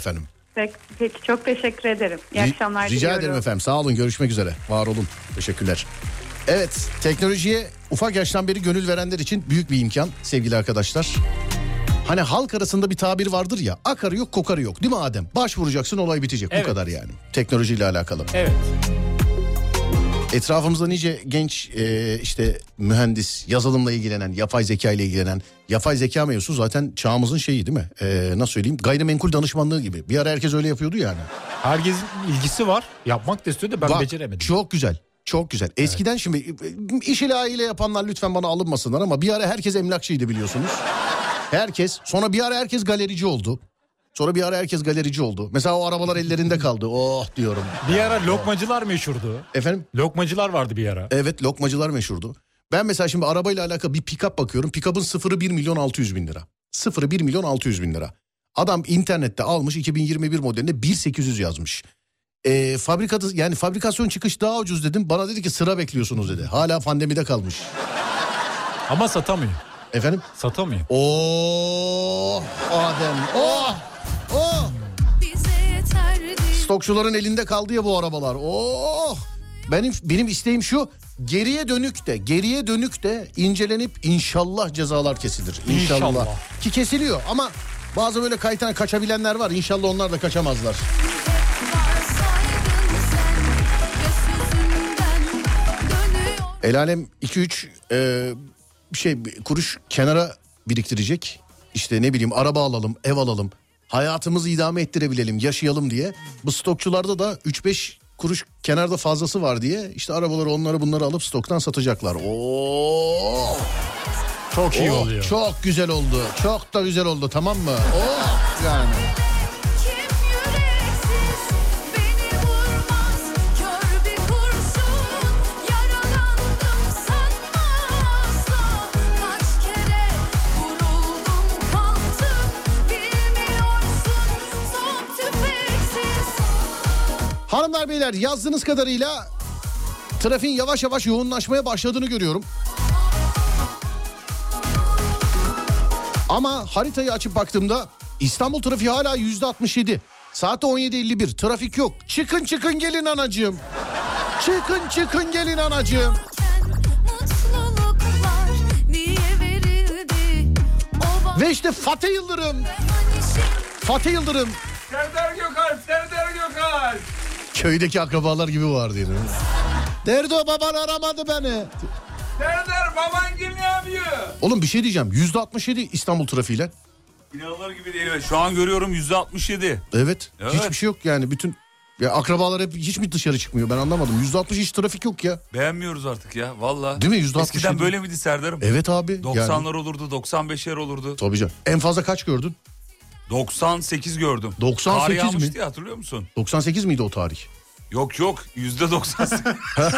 Peki çok teşekkür ederim. İyi akşamlar Rica diliyorum. ederim efendim. Sağ olun, görüşmek üzere. Var olun. Teşekkürler. Evet, teknolojiye ufak yaştan beri gönül verenler için büyük bir imkan sevgili arkadaşlar. Hani halk arasında bir tabir vardır ya, akarı yok kokarı yok değil mi Adem? Başvuracaksın, olay bitecek, Evet. bu kadar yani. Teknolojiyle alakalı. Evet. Etrafımızda nice genç işte mühendis, yazılımla ilgilenen, yapay zeka ile ilgilenen. Yapay zeka mevzusu zaten çağımızın şeyi değil mi? Nasıl söyleyeyim? Gayrimenkul danışmanlığı gibi. Bir ara herkes öyle yapıyordu yani. Herkesin ilgisi var. Yapmak da istiyor da ben Bak, beceremedim. Çok güzel. Çok güzel. Eskiden şimdi iş ilahiyle yapanlar lütfen bana alınmasınlar ama bir ara herkes emlakçıydı biliyorsunuz. Herkes. Sonra bir ara herkes galerici oldu. Mesela o arabalar ellerinde kaldı. Oh diyorum. Bir ara lokmacılar meşhurdu. Efendim? Lokmacılar vardı bir ara. Evet, lokmacılar meşhurdu. Ben mesela şimdi arabayla alakalı bir pick-up bakıyorum. Pick-up'ın sıfırı 1.600.000 lira. Sıfırı 1.600.000 lira. Adam internette almış 2021 modeline 1.800 yazmış. Fabrikasyon çıkış daha ucuz dedim. Bana dedi ki sıra bekliyorsunuz dedi. Hala pandemide kalmış. Ama satamıyor. Efendim? Satamıyor. Oh Adem. Oh. Stokçuların elinde kaldı ya bu arabalar. Oh. Benim isteğim şu. Geriye dönük de incelenip inşallah cezalar kesilir. İnşallah. Ki kesiliyor ama bazı böyle kaytan kaçabilenler var. İnşallah onlar da kaçamazlar. El alem 2-3 kuruş kenara biriktirecek. İşte ne bileyim, araba alalım, ev alalım. Hayatımızı idame ettirebilelim, yaşayalım diye. Bu stokçularda da 3-5 kuruş kenarda fazlası var diye işte arabaları, onları bunları alıp stoktan satacaklar. Oo! Çok iyi oluyor. Çok güzel oldu. Çok da güzel oldu, tamam mı? Oh! Yani. Hanımlar beyler, yazdığınız kadarıyla trafiğin yavaş yavaş yoğunlaşmaya başladığını görüyorum. Ama haritayı açıp baktığımda İstanbul trafiği hala %67. Saatte 17.51. Trafik yok. Çıkın gelin anacığım. Çıkın gelin anacığım. Ve işte Fatih Yıldırım. Serdar Gökalp. Köydeki akrabalar gibi vardı yine. Derdi o, baban aramadı beni. Serdar baban kim ne yapıyor? Oğlum bir şey diyeceğim. %67 İstanbul trafiğiyle. İnanılır gibi değil. Şu an görüyorum %67. Evet. Hiçbir şey yok yani. Bütün akrabalar hep hiç mi dışarı çıkmıyor, ben anlamadım. %60 hiç trafik yok ya. Beğenmiyoruz artık ya valla. Değil mi? %67. Eskiden böyle miydi Serdar'ım? Evet abi. 90'lar olurdu, 95'ler olurdu. Tabii canım. En fazla kaç gördün? 98 gördüm. 98 Kar mi? yağmıştı ya, hatırlıyor musun? 98 miydi o tarih? Yok %98.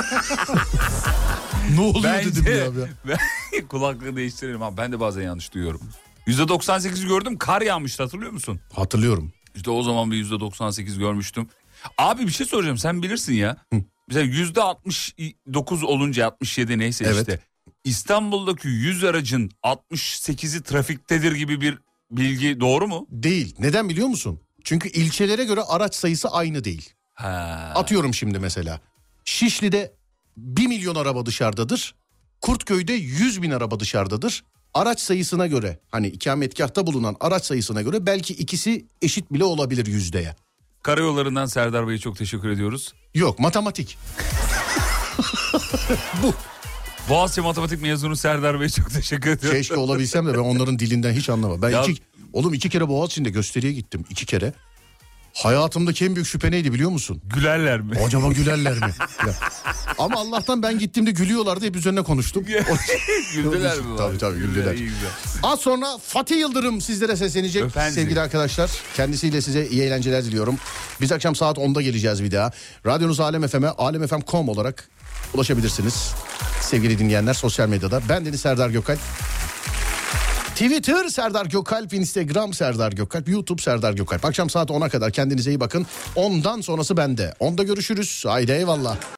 Ne oluyor dedim ya. Ben kulaklığı değiştirelim abi. Ben de bazen yanlış duyuyorum. %98 gördüm, kar yağmıştı, hatırlıyor musun? Hatırlıyorum. İşte o zaman bir %98 görmüştüm. Abi bir şey soracağım, sen bilirsin ya. Mesela %69 olunca 67 neyse evet. işte. İstanbul'daki 100 aracın 68'i trafiktedir gibi bir bilgi doğru mu? Değil. Neden biliyor musun? Çünkü ilçelere göre araç sayısı aynı değil. Atıyorum şimdi mesela. Şişli'de 1 milyon araba dışarıdadır. Kurtköy'de 100 bin araba dışarıdadır. Araç sayısına göre, hani ikametgahta bulunan araç sayısına göre belki ikisi eşit bile olabilir yüzdeye. Karayollarından Serdar Bey'e çok teşekkür ediyoruz. Yok, matematik. Bu. Boğaziçi matematik mezunu Serdar Bey'e çok teşekkür ediyorum. Keşke olabilsem de ben onların dilinden hiç anlamam. Ben iki kere Boğaziçi'nde gösteriye gittim. 2 kere. Hayatımdaki en büyük şüphe neydi biliyor musun? Gülerler mi? Acaba gülerler mi? Ama Allah'tan ben gittiğimde gülüyorlardı, hep üzerine konuştum. Güldüler mi? Tabii güldüler. Az sonra Fatih Yıldırım sizlere seslenecek. Efendim? Sevgili arkadaşlar. Kendisiyle size iyi eğlenceler diliyorum. Biz akşam saat 10'da geleceğiz bir daha. Radyonuz Alem FM'e alemfm.com olarak ulaşabilirsiniz. Sevgili dinleyenler, sosyal medyada. Ben Deniz Serdar Gökalp. Twitter Serdar Gökalp, Instagram Serdar Gökalp, YouTube Serdar Gökalp. Akşam saat 10'a kadar kendinize iyi bakın. 10'dan sonrası bende. 10'da görüşürüz. Haydi eyvallah.